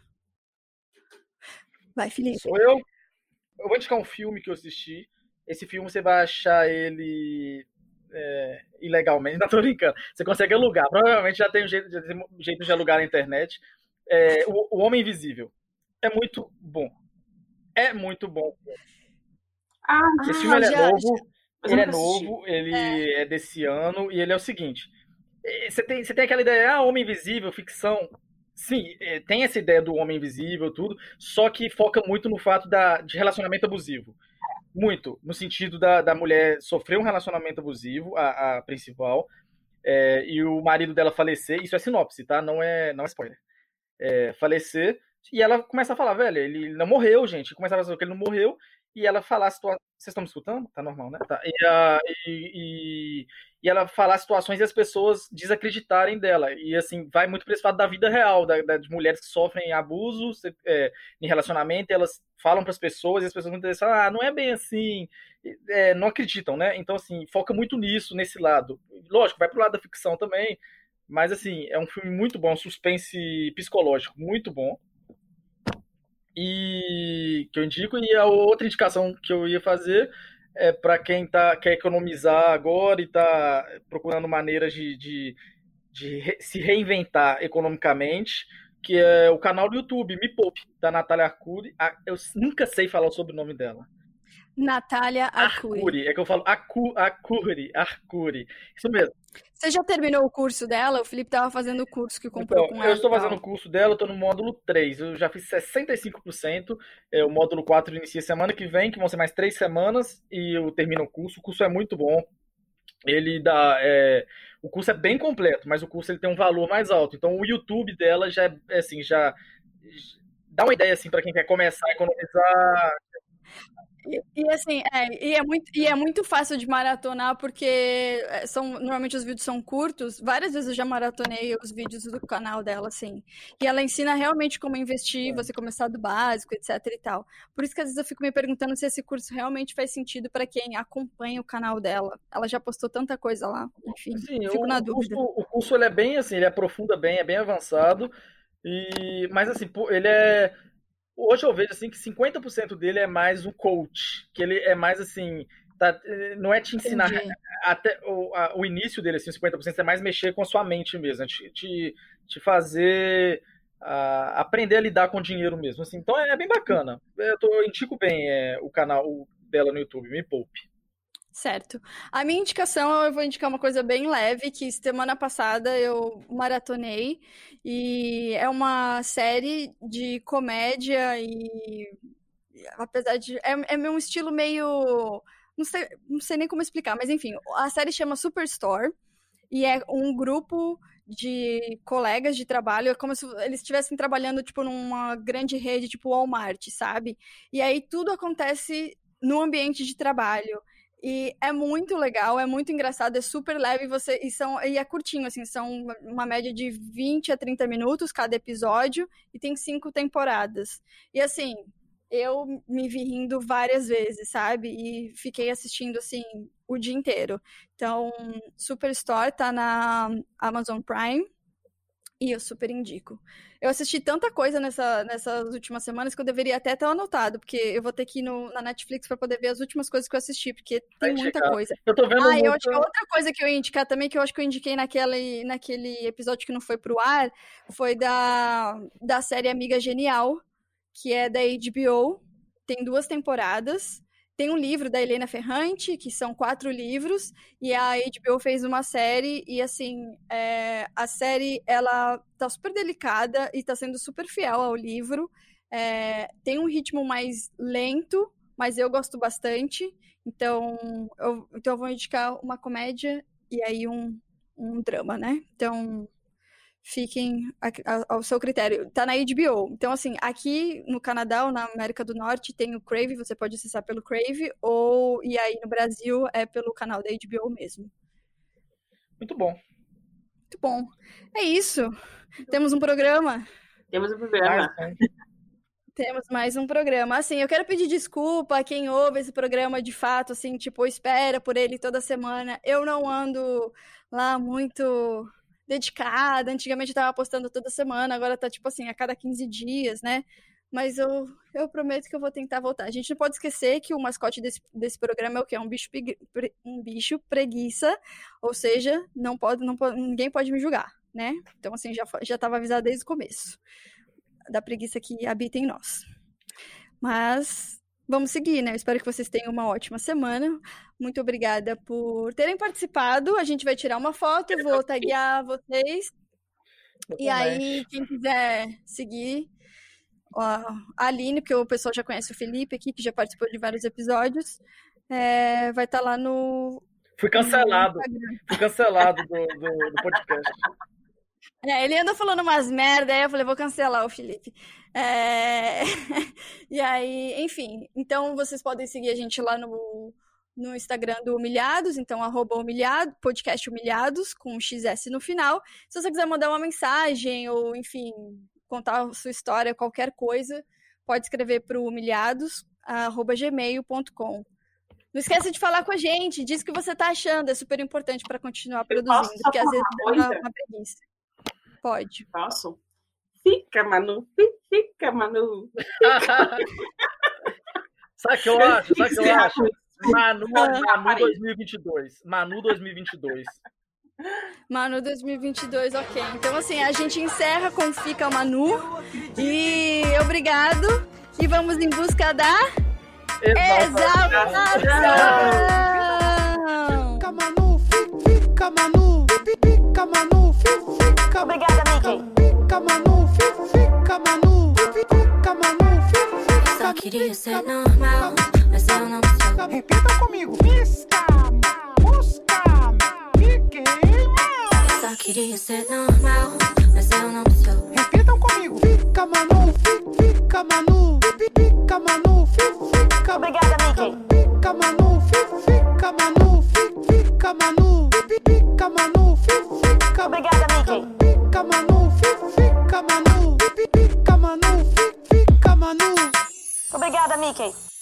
Speaker 4: Vai, Felipe.
Speaker 2: Sou eu. Eu vou indicar um filme que eu assisti. Esse filme você vai achar ele é, ilegalmente. Não tô brincando. Você consegue alugar. Provavelmente já tem um jeito, já tem um jeito de alugar na internet. É, o, o Homem Invisível. É muito bom. É muito bom.
Speaker 3: Ah,
Speaker 2: Esse filme ele é
Speaker 4: já,
Speaker 2: novo.
Speaker 3: já.
Speaker 2: Ele é novo, ele é. é desse ano, e ele é o seguinte, você tem, você tem aquela ideia, ah, Homem Invisível, ficção, sim, tem essa ideia do Homem Invisível, tudo, só que foca muito no fato da, de relacionamento abusivo, muito, no sentido da, da mulher sofrer um relacionamento abusivo, a, a principal, é, e o marido dela falecer, isso é sinopse, tá, não é, não é spoiler, é, falecer, e ela começa a falar, velho, ele não morreu, gente, começa a falar que ele não morreu, e ela falar a situação. Vocês estão me escutando? Tá normal, né? Tá. E, uh, e, e, e ela falar situações e as pessoas desacreditarem dela. E assim, vai muito para esse fato da vida real, da, da, de mulheres que sofrem abuso é, em relacionamento, e elas falam para as pessoas, e as pessoas muitas vezes falam, ah, não é bem assim, é, não acreditam, né? Então, assim, foca muito nisso, nesse lado. Lógico, vai pro lado da ficção também, mas assim, é um filme muito bom, um suspense psicológico muito bom. E que eu indico, e a outra indicação que eu ia fazer é para quem tá, quer economizar agora e está procurando maneiras de, de, de re, se reinventar economicamente, que é o canal do YouTube Me Poupe, da Natália Arcuri. Eu nunca sei falar sobre o nome dela.
Speaker 4: Natália Arcuri.
Speaker 2: Arcuri. É que eu falo Acu, Arcuri, Arcuri. Isso mesmo.
Speaker 4: Você já terminou o curso dela? O Felipe estava fazendo o curso que comprou
Speaker 2: então,
Speaker 4: com ela.
Speaker 2: Eu estou fazendo o curso dela, eu estou no módulo três. Eu já fiz sessenta e cinco por cento. É, o módulo quatro inicia semana que vem, que vão ser mais três semanas, e eu termino o curso. O curso é muito bom. Ele dá. É, o curso é bem completo, mas o curso ele tem um valor mais alto. Então o YouTube dela já é assim, já dá uma ideia assim para quem quer começar a economizar.
Speaker 4: E, e assim, é, e, é muito, e é muito fácil de maratonar, porque são, normalmente os vídeos são curtos. Várias vezes eu já maratonei os vídeos do canal dela, assim. E ela ensina realmente como investir, é. você começar do básico, etc e tal. Por isso que às vezes eu fico me perguntando se esse curso realmente faz sentido para quem acompanha o canal dela. Ela já postou tanta coisa lá, enfim,
Speaker 2: Sim,
Speaker 4: fico
Speaker 2: o,
Speaker 4: na
Speaker 2: o
Speaker 4: dúvida.
Speaker 2: Curso, o curso ele é bem assim, ele aprofunda bem, é bem avançado. E, mas assim, pô, ele é... Hoje eu vejo assim que cinquenta por cento dele é mais um coach, que ele é mais assim, tá, não é te ensinar
Speaker 4: Entendi.
Speaker 2: até o, a- o início dele, assim, cinquenta por cento é mais mexer com a sua mente mesmo, é te, te, te fazer ah, aprender a lidar com o dinheiro mesmo, assim. Então é bem bacana. Eu, tô, eu indico bem é, o canal dela no YouTube, Me Poupe.
Speaker 4: Certo. A minha indicação, eu vou indicar uma coisa bem leve, que semana passada eu maratonei, e é uma série de comédia e apesar de... É, é um estilo meio... Não sei, não sei nem como explicar, mas enfim, a série chama Superstore, e é um grupo de colegas de trabalho, é como se eles estivessem trabalhando, tipo, numa grande rede, tipo Walmart, sabe? E aí tudo acontece no ambiente de trabalho. E é muito legal, é muito engraçado, é super leve, você, e, são, e é curtinho, assim, são uma, uma média de vinte a trinta minutos cada episódio, e tem cinco temporadas. E assim, eu me vi rindo várias vezes, sabe? E fiquei assistindo, assim, o dia inteiro. Então, Superstore tá na Amazon Prime, e eu super indico. Eu assisti tanta coisa nessa, nessas últimas semanas que eu deveria até ter anotado, porque eu vou ter que ir no, na Netflix para poder ver as últimas coisas que eu assisti, porque tem
Speaker 2: Vai
Speaker 4: muita
Speaker 2: indicar.
Speaker 4: coisa.
Speaker 2: Eu tô vendo
Speaker 4: Ah,
Speaker 2: muito...
Speaker 4: eu acho que outra coisa que eu ia indicar também, que eu acho que eu indiquei naquele, naquele episódio que não foi pro ar, foi da, da série Amiga Genial, que é da H B O, tem duas temporadas. Tem um livro da Helena Ferrante, que são quatro livros, e a H B O fez uma série, e assim, é, a série, ela tá super delicada e tá sendo super fiel ao livro. É, tem um ritmo mais lento, mas eu gosto bastante, então eu, então eu vou indicar uma comédia e aí um, um drama, né? Então, fiquem a- a- ao seu critério. Tá na H B O. Então, assim, aqui no Canadá ou na América do Norte tem o Crave, você pode acessar pelo Crave, ou e aí no Brasil é pelo canal da H B O mesmo.
Speaker 2: Muito bom.
Speaker 4: Muito bom. É isso. Temos um programa.
Speaker 3: Temos um programa.
Speaker 2: Mais um.
Speaker 4: Temos mais um programa. Assim, eu quero pedir desculpa a quem ouve esse programa de fato, assim, tipo, espera por ele toda semana. Eu não ando lá muito dedicada. Antigamente eu tava postando toda semana, agora tá, tipo assim, a cada quinze dias, né? Mas eu, eu prometo que eu vou tentar voltar. A gente não pode esquecer que o mascote desse, desse programa é o quê? É um bicho, pregui- pre- um bicho preguiça, ou seja, não pode, não pode, ninguém pode me julgar, né? Então, assim, já, já tava avisado desde o começo da preguiça que habita em nós. Mas vamos seguir, né? Eu espero que vocês tenham uma ótima semana. Muito obrigada por terem participado. A gente vai tirar uma foto, vou taguear vocês.
Speaker 2: Eu
Speaker 4: E
Speaker 2: também.
Speaker 4: aí, quem quiser seguir ó, a Aline, porque o pessoal já conhece o Felipe aqui, que já participou de vários episódios, é, vai estar lá no,
Speaker 2: Fui
Speaker 4: no
Speaker 2: cancelado.
Speaker 4: Instagram.
Speaker 2: Fui cancelado do, do, do podcast.
Speaker 4: É, ele anda falando umas merda, aí eu falei, vou cancelar o Felipe. É, E aí, enfim, então vocês podem seguir a gente lá no, no Instagram do Humilhados, então arroba humilhado, podcast Humilhados, com um X S no final. Se você quiser mandar uma mensagem ou, enfim, contar a sua história, qualquer coisa, pode escrever para o humilhados, arroba gmail ponto com. Não esqueça de falar com a gente, diz o que você tá achando, é super importante para continuar
Speaker 3: Eu
Speaker 4: produzindo,
Speaker 3: posso só
Speaker 4: porque às
Speaker 3: falar
Speaker 4: vezes
Speaker 3: uma
Speaker 4: dá
Speaker 3: coisa?
Speaker 4: uma preguiça. Pode.
Speaker 3: Posso? Fica, Manu. Fica, Manu.
Speaker 2: Sabe o que eu acho? Sabe o que eu
Speaker 3: Encerrar
Speaker 2: acho?
Speaker 3: com isso.
Speaker 2: Manu,
Speaker 3: Ah,
Speaker 2: Manu
Speaker 3: parei.
Speaker 2: dois mil e vinte e dois. Manu dois mil e vinte e dois.
Speaker 4: Manu dois mil e vinte e dois, ok. Então, assim, a gente encerra com Fica Manu. E obrigado. E vamos em busca da exaltação.
Speaker 5: Fica Manu, fi- fica Manu, fi- fica Manu, fi- fica
Speaker 6: Obrigada, Mickey.
Speaker 5: Fica Manu, fi- fica Manu, fi- fica Manu, fi- fica
Speaker 7: Só queria ser normal, mas eu não sou.
Speaker 5: Repita comigo. Pisca, busca, Mickey Mouse.
Speaker 7: Só queria ser normal, mas eu não sou.
Speaker 5: Repitam comigo. Fica Manu, fi- fica Manu, fi- fica Manu, fi- fica
Speaker 6: Obrigada, Mickey.
Speaker 5: Fica Manu, fi- fica Manu, fi- fica Manu, fi- fica Manu, fi- fica
Speaker 6: Obrigada, Mickey.
Speaker 5: Fica Manu, fi- fica Manu, fi- fica Manu, fi- fica Manu.
Speaker 6: Obrigada, Mickey.